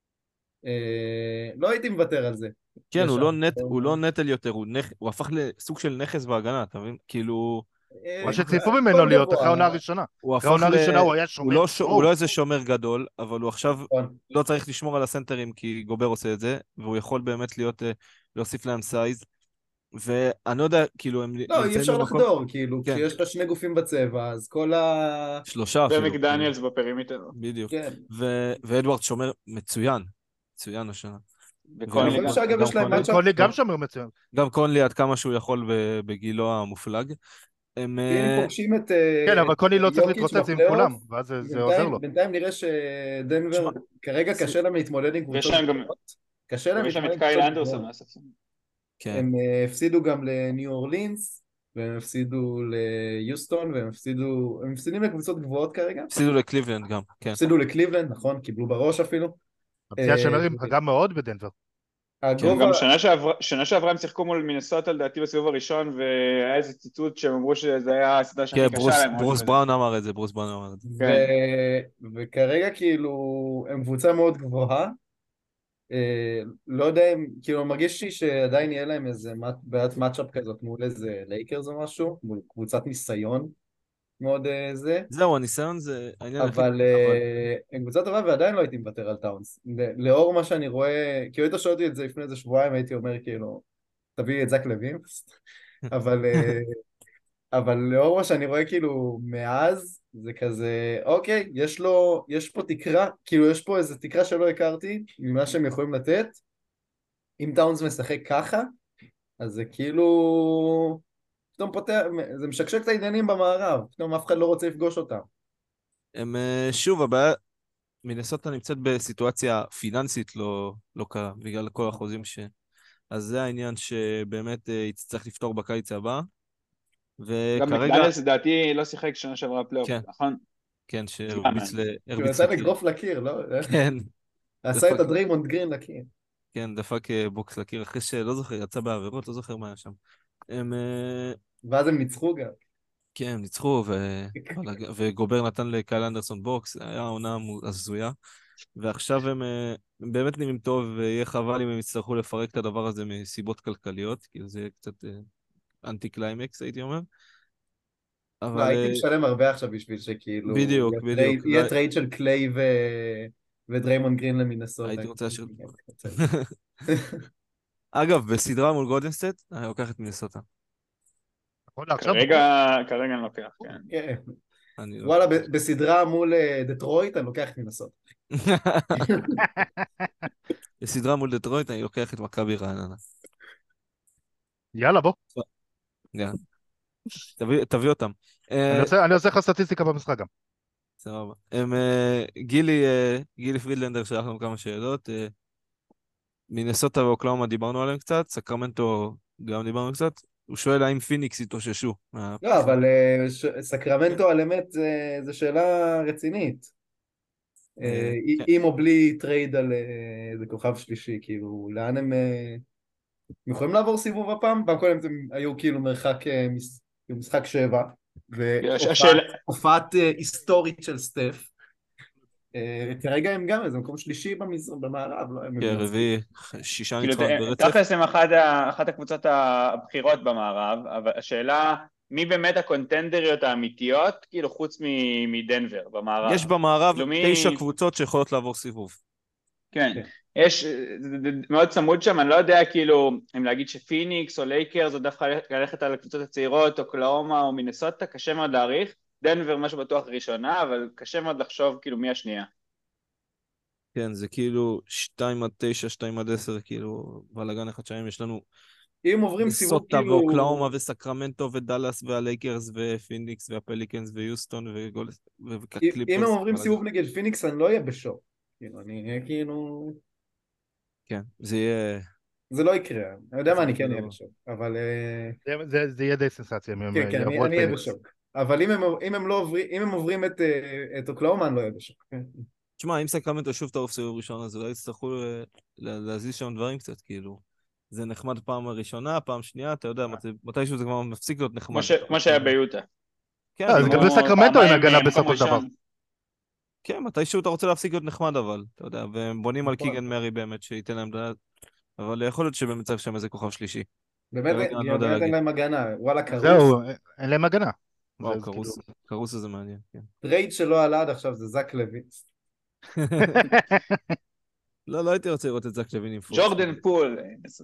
לא הייתי מוותר על זה. כן, הוא לא נטל יותר, הוא הפך לסוג של נכס בהגנה, אתה מבין? כאילו... מה שציפו ממנו להיות אחרי העונה הראשונה. אחרי העונה הראשונה הוא היה שומר. הוא לא איזה שומר גדול, אבל הוא עכשיו לא צריך לשמור על הסנטרים כי גובר עושה את זה, והוא יכול באמת להוסיף להם סייז. ואני לא יודע, כאילו... לא, אי אפשר לחדור, כאילו, כשיש לך שני גופים בצבע, אז כל שלושה אפילו. ומקדניאלס בפרימיטר. בדיוק. ואדוארד שומר מצוין. מצוין השנה. וקונלי גם שומר מצוין. גם קונלי עד כמה שהוא יכול בגילו המופלג. אם פוגשים את... כן, אבל קונלי לא צריך להתרוצץ עם כולם, ואז זה עוזר לו. בינתיים נראה שדנבר כרגע קשה להם להתמודד עם קבוצות. יש להם את קייל אנדרסון מהספסל. כן. הם הפסידו גם לניו אורלינס, והם הפסידו ליוסטון, הם מפסידים לקבוצות גבוהות כרגע. הפסידו לקליבלנד גם, כן. הפסידו לקליבלנד, נכון, קיבלו בראש אפילו. הפציעה של מרי פגעה מאוד בדנבר. הגובה... גם שנה שעברה הם שיחקו מול מינסוטה לדעתי בסיבוב הראשון, והיה איזה ציטוט שהם אמרו שזה היה הסדרה שהכי כן, קשה להם. ברוס בראון אמר את זה, ברוס בראון אמר את זה. כן. וכרגע כאילו הם קבוצה מאוד גבוהה. לא יודע אם, כאילו מרגיש לי שעדיין יהיה להם איזה בעיית מאצ'אפ כזאת מול איזה לייקרס או משהו, מול קבוצת ניסיון מאוד זה. זהו, הניסיון זה העניין הכי... אבל הם קבוצה טובה ועדיין לא הייתי מוותר על טאונס. לאור מה שאני רואה, כאילו היית שואל אותי את זה לפני איזה שבועיים, הייתי אומר כאילו, תביא את זק לוין, אבל לאור מה שאני רואה כאילו מאז, זה כזה, אוקיי, יש פה תקרה, כאילו יש פה איזה תקרה שלא הכרתי, ממה שהם יכולים לתת. אם טאונס משחק ככה, אז זה כאילו, פתאום פותח, זה משקשק את העניינים במערב, פתאום אף אחד לא רוצה לפגוש אותם. הם, שוב, הבעיה, מינסוטה נמצאת בסיטואציה פיננסית לא קלה, בגלל כל החוזים אז זה העניין שבאמת יצטרך לפתור בקיץ הבא. גם וכרגע... מקדנס לדעתי לא שיחק שנה שעברה פלייאוף, כן. נכון? כן, שהרביץ הוא יצא לגרוף לקיר, לא? כן. עשה את הדריימונד גרין לקיר. כן, דפק בוקס לקיר, אחרי שלא זוכר, יצא בעבירות, לא זוכר מה היה שם. ואז הם ניצחו גם. כן, הם ניצחו, וגובר נתן לקייל אנדרסון בוקס, היה עונה הזויה, ועכשיו הם באמת נראים טוב, ויהיה חבל אם הם יצטרכו לפרק את הדבר הזה מסיבות כלכליות, כאילו זה יהיה קצת אנטי קליימקס, הייתי אומר. לא, הייתי משלם הרבה עכשיו בשביל שכאילו... בדיוק. יהיה טרייד של קליי ודריימונד גרין למינסוטה. הייתי רוצה להשאיר... אגב, בסדרה מול גולדנסטייט, אני לוקח את מינסוטה. כרגע אני לוקח, כן. וואלה, בסדרה מול דטרויט אני לוקח את מינסוטה. בסדרה מול דטרויט אני לוקח את מכבי רעננה. יאללה, בוא. תביא אותם. אני עושה לך סטטיסטיקה במשחק גם. סבבה. גילי פרידלנדר שלח לנו כמה שאלות. מינסוטה ואוקלאומה דיברנו עליהם קצת, סקרמנטו גם דיברנו קצת. הוא שואל האם פיניקס התאוששו. לא, אבל סקרמנטו על אמת זו שאלה רצינית. עם או בלי טרייד על איזה כוכב שלישי, כאילו, לאן הם יכולים לעבור סיבוב הפעם? פעם קודם הם היו כאילו משחק 7, והופעת היסטורית של סטף. כרגע הם גם איזה מקום שלישי במערב. כן, רביעי, 6 ניצחונות ברצף. תכלס הם אחת הקבוצות הבחירות במערב, אבל השאלה, מי באמת הקונטנדריות האמיתיות, כאילו חוץ מדנבר במערב? יש במערב 9 קבוצות שיכולות לעבור סיבוב. כן, יש, זה מאוד צמוד שם, אני לא יודע כאילו, אם להגיד שפיניקס או לייקרס, או דווקא ללכת על הקבוצות הצעירות, או קלאומה או מינסוטה, קשה מאוד להעריך. דנבר משהו בטוח ראשונה, אבל קשה מאוד לחשוב כאילו מי השנייה. כן, זה כאילו 2-9, 2-10, כאילו, בלגן אחד שם יש לנו אם עוברים סיבוב כאילו... סוטה ואוקלאומה וסקרמנטו ודלס והלייקרס ופיניקס והפליקנס ויוסטון וגולס וקליפרס. אם הם עוברים סיבוב נגד פיניקס, אני לא אהיה בשוק. כאילו, אני אהיה כאילו... כן, זה יהיה... זה לא יקרה, אני יודע מה אני כן אהיה בשוק, אבל... זה יהיה די סנסציה. כן, כן, אני אהיה בשוק. אבל אם הם עוברים את אוקלאומה, אני לא אהיה בשוק. תשמע, אם סקרמנטו שוב תעוף סיבוב ראשון, אז אולי יצטרכו להזיז שם דברים קצת, כאילו. זה נחמד פעם ראשונה, פעם שנייה, אתה יודע, מתישהו זה כבר מפסיק להיות נחמד. כמו שהיה ביוטה. כן, אז גם בסקרמנטו אין הגנה בסופו של דבר. כן, מתישהו אתה רוצה להפסיק להיות נחמד, אבל, אתה יודע, והם בונים על קיגן מרי באמת, שייתן להם דעת, אבל יכול להיות שבאמת צריך שם איזה כוכב שלישי. באמת אין להם הגנה, וואלה קרוס. זהו, אין להם הגנה. וואו, קרוס הזה מעניין, כן. טרייד שלא עלה עד עכשיו זה זק לוין. לא הייתי רוצה לראות את זק לוין עם פורס. ג'ורדן פול.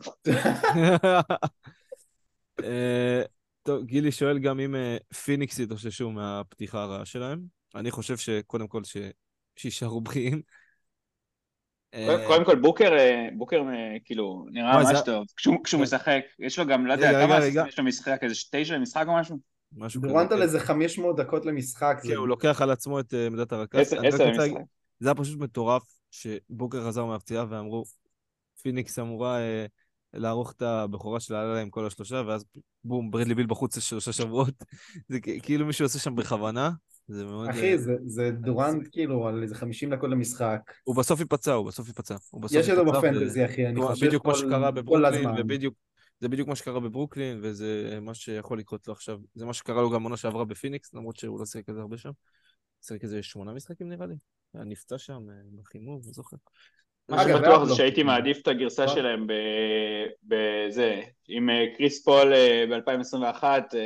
טוב, גילי שואל גם אם פיניקס יתאוששו מהפתיחה הרעה שלהם. אני חושב שקודם כל שישארו בריאים. קודם כל בוקר כאילו נראה ממש טוב. כשהוא משחק, יש לו גם, לא יודע, כמה יש לו משחק, איזה 9 למשחק או משהו? דורנט על איזה 500 דקות למשחק. כן, הוא לוקח על עצמו את עמדת הרכז. 10 למשחק. זה היה פשוט מטורף שבוקר חזר מהפציעה ואמרו, פיניקס אמורה לערוך את הבכורה של הלילה עם כל השלושה, ואז בום, ברדלי ביל בחוץ לשלושה שבועות. זה כאילו מישהו עושה שם בכוונה, זה מאוד... אחי, זה דורנט כאילו על איזה 50 דקות למשחק. הוא בסוף ייפצע, הוא בסוף ייפצע. הוא בסוף יש את זה ייפצע, בפנטזי, אחי, אני חושב בדיוק מה שקרה כל בברוקלין, הזמן. זה בדיוק מה שקרה בברוקלין, וזה מה שיכול לקרות לו עכשיו. זה מה שקרה לו גם עונה שעברה בפיניקס, למרות שהוא לא שיחק כזה הרבה שם. שיחק איזה 8 משחקים נראה לי. היה נפצע שם בחימום, לא זוכר. מה אגב, שבטוח זה ואפלו. שהייתי מעדיף את הגרסה נכון? שלהם בזה, עם קריס פול ב-2021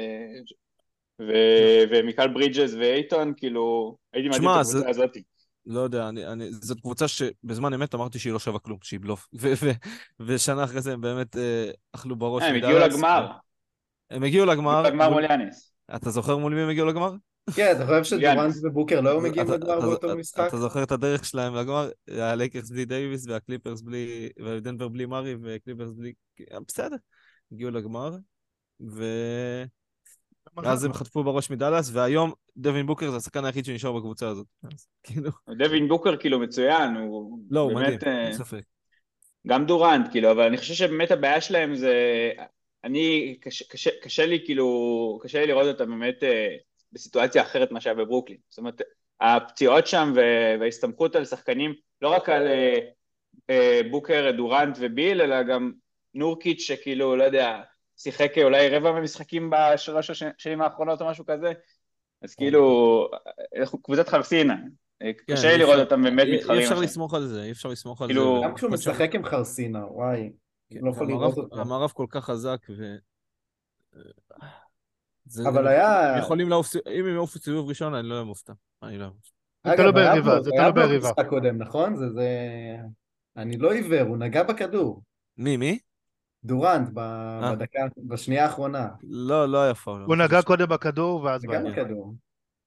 ומיקל ברידג'ס ואייטון, כאילו, הייתי מעדיף את שמע, הקבוצה הזאת. לא יודע, זאת קבוצה שבזמן אמת אמרתי שהיא לא שווה כלום, שהיא בלוף. ושנה אחרי זה הם באמת אכלו בראש הם הגיעו מדאלאס. לגמר, הם הגיעו הגיעו לגמר, לגמר מול יאניס. אתה זוכר מול מי הם הגיעו לגמר? כן, אתה חושב מול שדורנט יאניס. ובוקר לא היו מגיעים אתה, לגמר אתה, באותו משחק? אתה זוכר את הדרך שלהם לגמר? הלייקרס בלי דייביס והקליפרס בלי, ודנבר בלי מארי וקליפרס בלי... בסדר, הגיעו לגמר, ואז הם חטפו בראש מדאלאס, והיום דווין בוקר זה השחקן היחיד שנשאר בקבוצה הזאת. אז כאילו... דווין בוקר כאילו מצוין, הוא לא, הוא מדהים, באמת, אין ספק. גם דורנט, כאילו, אבל אני חושב שבאמת הבעיה שלהם זה, קשה לי כאילו, קשה לי לראות אותם באמת בסיטואציה אחרת מה שהיה בברוקלין. זאת אומרת, הפציעות שם וההסתמכות על שחקנים, לא רק על בוקר, דורנט וביל, אלא גם נורקיץ' שכאילו, לא יודע, שיחק אולי רבע מהמשחקים בשלוש השנים האחרונות או משהו כזה, אז כאילו, קבוצת חרסינה, קשה לי לראות אותם באמת אי מתחרים אפשר עכשיו. לסמוך על זה, אי אפשר לסמוך על זה. כאילו, גם כשהוא משחק עם חרסינה, וואי, לא יכול לראות אותו. המערב כל כך חזק, אבל היה... אם הם יעופו סיבוב ראשון, אני לא אהיה מופתע. אני לא אהיה מופתע. זה תלוי אגב, ביריבה, זה היה תלוי בלוק ביריבה. משחק קודם, נכון? אני לא עיוור, הוא נגע בכדור. מי? דורנט, אה. בשנייה האחרונה. לא היה פאול. הוא נגע קודם בכדור ואז נגע בעיה. בכדור.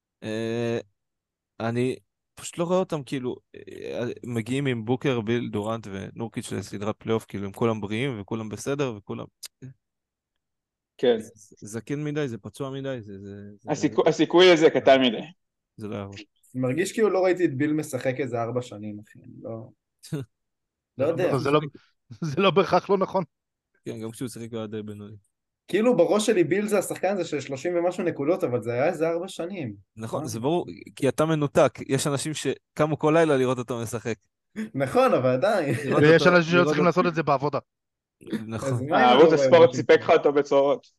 אני פשוט לא רואה אותם כאילו מגיעים עם בוקר, ביל, דורנט ונורקיץ' לסדרת פלייאוף, כאילו הם כולם בריאים וכולם בסדר וכולם... כן. זה זקן מדי, זה פצוע מדי, הסיכוי לזה קטן מדי. זה לא יעבור. אני מרגיש כאילו לא ראיתי את ביל משחק איזה 4 שנים, אחי. אני לא יודע. זה לא בהכרח לא נכון. כן, גם כשהוא שיחק היה די בינוני. כאילו בראש שלי ביל זה השחקן הזה של 30 ומשהו נקודות, אבל זה היה איזה 4 שנים. נכון, זה ברור, כי אתה מנותק. יש אנשים שקמו כל לילה לראות אותו משחק. נכון, אבל עדיין. ויש אנשים שצריכים לעשות את זה בעבודה. נכון. ערוץ הספורט סיפק לך אותו בצורות.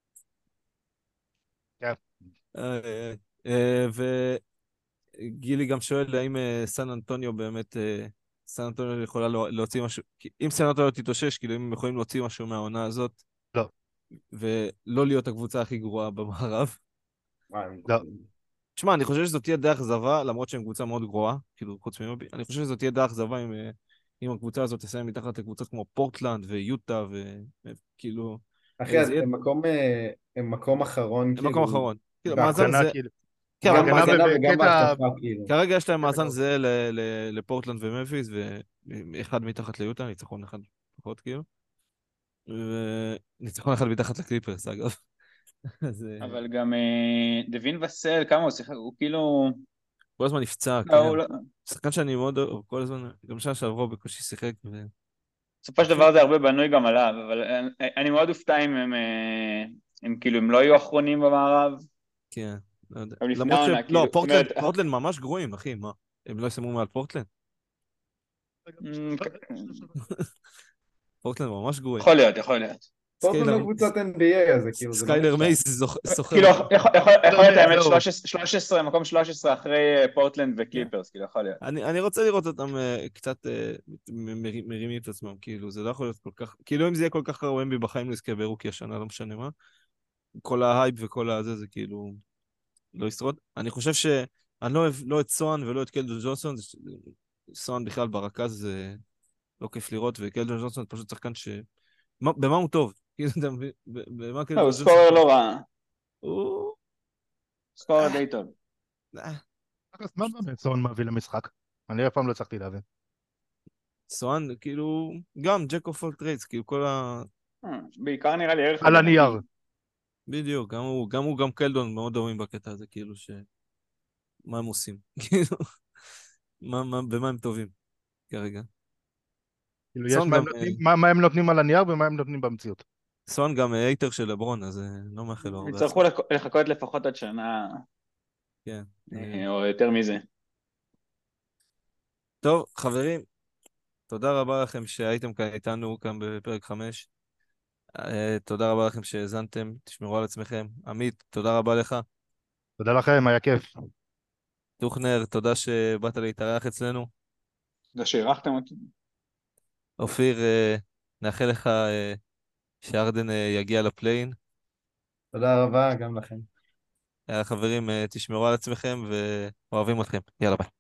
וגילי גם שואל האם סן אנטוניו באמת, סן אנטוניו יכולה להוציא משהו, אם סן אנטוניו תתאושש, כאילו אם הם יכולים להוציא משהו מהעונה הזאת, לא. ולא להיות הקבוצה הכי גרועה במערב. לא. תשמע, אני חושב שזאת תהיה די אכזבה, למרות שהם קבוצה מאוד גרועה, כאילו חוץ ממבי, אני חושב שזאת תהיה די אכזבה אם הקבוצה הזאת תסיים מתחת לקבוצות כמו פורטלנד ויוטה, וכאילו... אחי, הם מקום אחרון, הם מקום אחרון. בהגנה כאילו. כן, גם אבל בהגנה וגם בקטע... בהתקפה, כאילו. כרגע יש להם מאזן זהה לפורטלנד ומפיס, ואחד מתחת ליוטה, ניצחון אחד פחות כאילו. ניצחון אחד מתחת לקליפרס, אגב. אבל גם דווין וסל, כמה הוא שיחק? הוא כאילו... כל הזמן נפצע, לא, כן. הוא לא... שחקן שאני מאוד אוהב, כל הזמן, גם שנה שעברו בקושי שיחק. בסופו של דבר זה הרבה בנוי גם עליו, אבל אני מאוד אופתע אם הם כאילו, הם לא יהיו אחרונים במערב. כן, לא יודע. אבל לפני למרות העונה, לא, כאילו... פורטלנד ממש גרועים, אחי, מה? הם לא יסיימו מעל פורטלנד? פורטלנד ממש גרועים. יכול להיות. פורטלנד לא קבוצת NBA, אז זה כאילו... סקיילר מייס סוחר. כאילו, יכול להיות האמת 13, מקום 13 אחרי פורטלנד וקליפרס, כאילו, יכול להיות. אני רוצה לראות אותם קצת מרימים את עצמם, כאילו, זה לא יכול להיות כל כך... כאילו, אם זה יהיה כל כך קרוב, הם בחיים לא יזכה ברוקי השנה, לא משנה מה. כל ההייפ וכל הזה, זה כאילו... לא ישרוד. אני חושב שאני לא אוהב לא את סואן ולא את קלדון ג'ונסון, סואן בכלל ברכז זה לא כיף לראות, וקלדון ג'ונסון זה פשוט שחקן ש... במה הוא טוב? במה קלדון ג'ונסון? הוא סקורר לא רע. הוא... סקורר די טוב. אז מה באמת סואן מביא למשחק? אני אף פעם לא הצלחתי להבין. סואן, כאילו, גם ג'ק אוף אול טריידס, כאילו כל ה... בעיקר נראה לי ערך... על הנייר. בדיוק, גם הוא, גם קלדון מאוד דומים בקטע הזה, כאילו ש... מה הם עושים? כאילו, במה הם טובים כרגע? כאילו, יש סון מה גם, הם נותנים, מה הם נותנים על הנייר ומה הם נותנים במציאות. סון גם הייטר של לברון, אז לא מאחל לו הרבה יצטרכו הצלחה. לחכות לפחות עד שנה, כן. או יותר מזה. טוב, חברים, תודה רבה לכם שהייתם כאן איתנו כאן בפרק 5. תודה רבה לכם שהאזנתם, תשמרו על עצמכם. עמית, תודה רבה לך. תודה לכם, היה כיף. טוכנר, תודה שבאת להתארח אצלנו. תודה שאירחתם אותי. אופיר, נאחל לך שארדן יגיע לפליין. תודה רבה גם לכם. חברים, תשמרו על עצמכם ואוהבים אתכם. יאללה ביי.